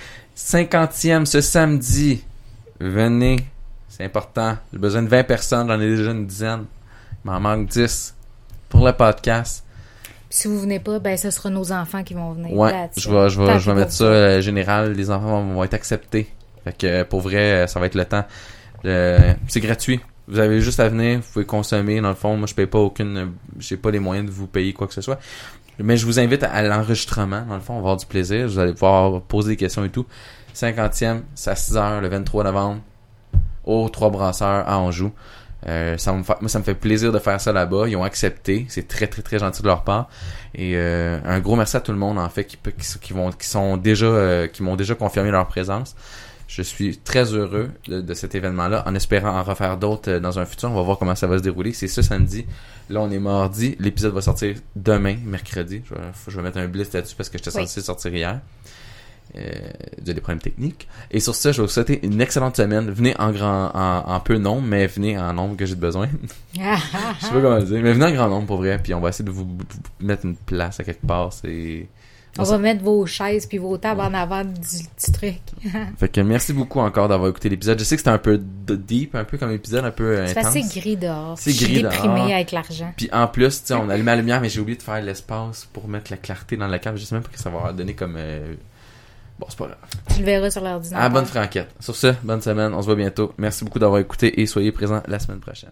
50e ce samedi. Venez. C'est important. J'ai besoin de 20 personnes. J'en ai déjà une dizaine. Il m'en manque 10. Pour le podcast. Si vous venez pas, ben ce sera nos enfants qui vont venir. Ouais, je vais mettre ça général, les enfants vont être acceptés. Fait que pour vrai, ça va être le temps. C'est gratuit. Vous avez juste à venir, vous pouvez consommer. Dans le fond, moi je paye pas j'ai pas les moyens de vous payer quoi que ce soit. Mais je vous invite à l'enregistrement. Dans le fond, on va avoir du plaisir. Vous allez pouvoir poser des questions et tout. 50e, c'est à 6h le 23 novembre au 3 Brasseurs à Anjou. Ça me fait plaisir de faire ça là-bas. Ils ont accepté. C'est très, très, très gentil de leur part. Et un gros merci à tout le monde, en fait, qui m'ont déjà confirmé leur présence. Je suis très heureux de cet événement-là, en espérant en refaire d'autres dans un futur. On va voir comment ça va se dérouler. C'est ce samedi. Là, on est mardi. L'épisode va sortir demain, mercredi. Je vais mettre un blitz là-dessus parce que j'étais censé sortir hier. J'ai des problèmes techniques. Et sur ça, je vais vous souhaiter une excellente semaine. Venez en peu nombre, mais venez en nombre que j'ai besoin. Je sais pas comment le dire, mais venez en grand nombre pour vrai. Puis on va essayer de vous mettre une place à quelque part. On va mettre vos chaises puis vos tables en avant du petit truc. Fait que merci beaucoup encore d'avoir écouté l'épisode. Je sais que c'était un peu deep, un peu comme épisode, un peu intense. C'est assez gris dehors. C'est gris dehors. Déprimé avec l'argent. Puis en plus, tu sais, on allumait la lumière, mais j'ai oublié de faire l'espace pour mettre la clarté dans la cave. Je sais même pas que ça va donner comme... Bon, c'est pas grave. Tu le verras sur l'ordinateur. Bonne franquette. Sur ce, bonne semaine. On se voit bientôt. Merci beaucoup d'avoir écouté et soyez présents la semaine prochaine.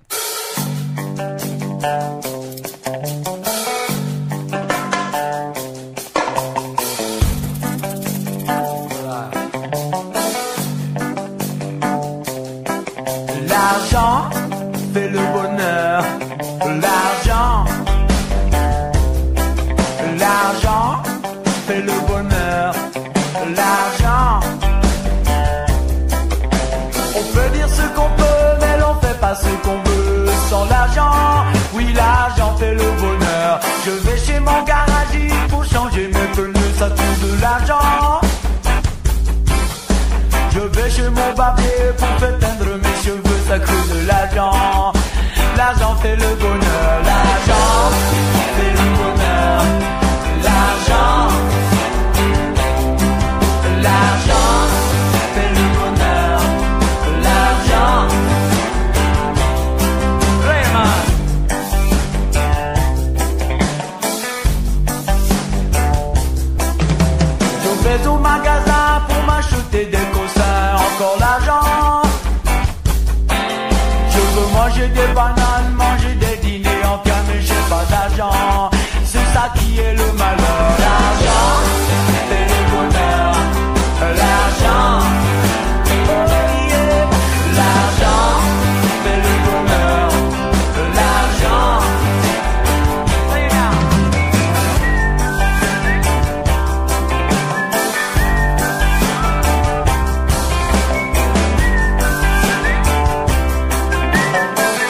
L'argent fait le bonheur. L'argent fait le bonheur. L'argent, on peut dire ce qu'on peut, mais l'on fait pas ce qu'on veut sans l'argent. Oui, l'argent fait le bonheur. Je vais chez mon garagiste pour changer mes pneus, ça coûte de l'argent. Je vais chez mon barbier pour faire teindre mes cheveux, ça coûte de l'argent. L'argent fait le bonheur. L'argent fait le bonheur. L'argent. L'argent fait le bonheur. L'argent. Vraiment. Je vais au magasin pour m'acheter des cossins. Encore l'argent. Je veux manger des bananes, manger des dîners en canne, mais j'ai pas d'argent. C'est ça qui est le malheur. L'argent fait le bonheur. L'argent, oh yeah. L'argent fait le bonheur. L'argent,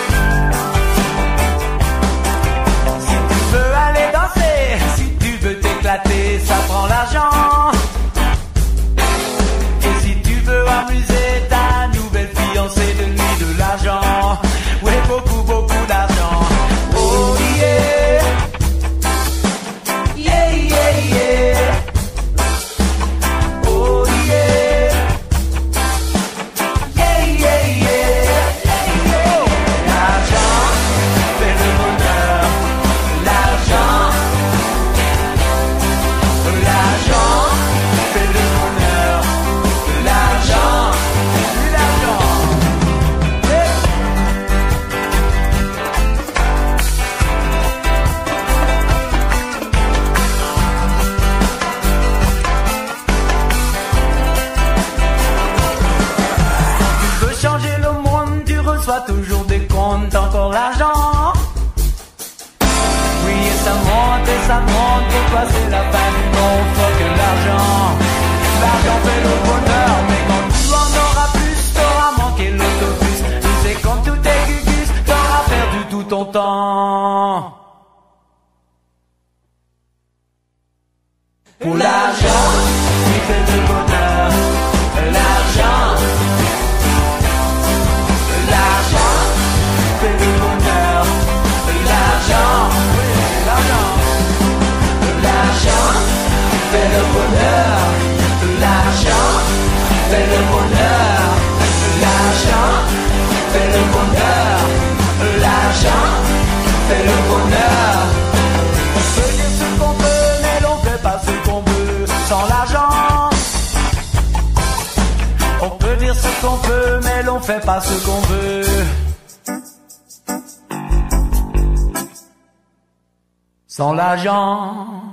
si tu veux aller danser, si tu veux pour l'argent. Oui, et ça monte, pour toi c'est la fin du monde, faut que l'argent. L'argent fait le bonheur, mais quand tu en auras plus, t'auras manqué l'autobus. Tu sais comme tout est gugus, t'auras perdu tout ton temps. Pour l'argent, qui fait le bonheur, l'argent. L'argent fait le bonheur, l'argent, oui, l'argent. L'argent fait le bonheur, l'argent fait le bonheur, l'argent fait le bonheur, l'argent fait le bonheur. On peut dire ce qu'on veut, mais l'on fait pas ce qu'on veut sans l'argent. On peut dire ce qu'on veut, mais l'on fait pas ce qu'on veut sans l'argent.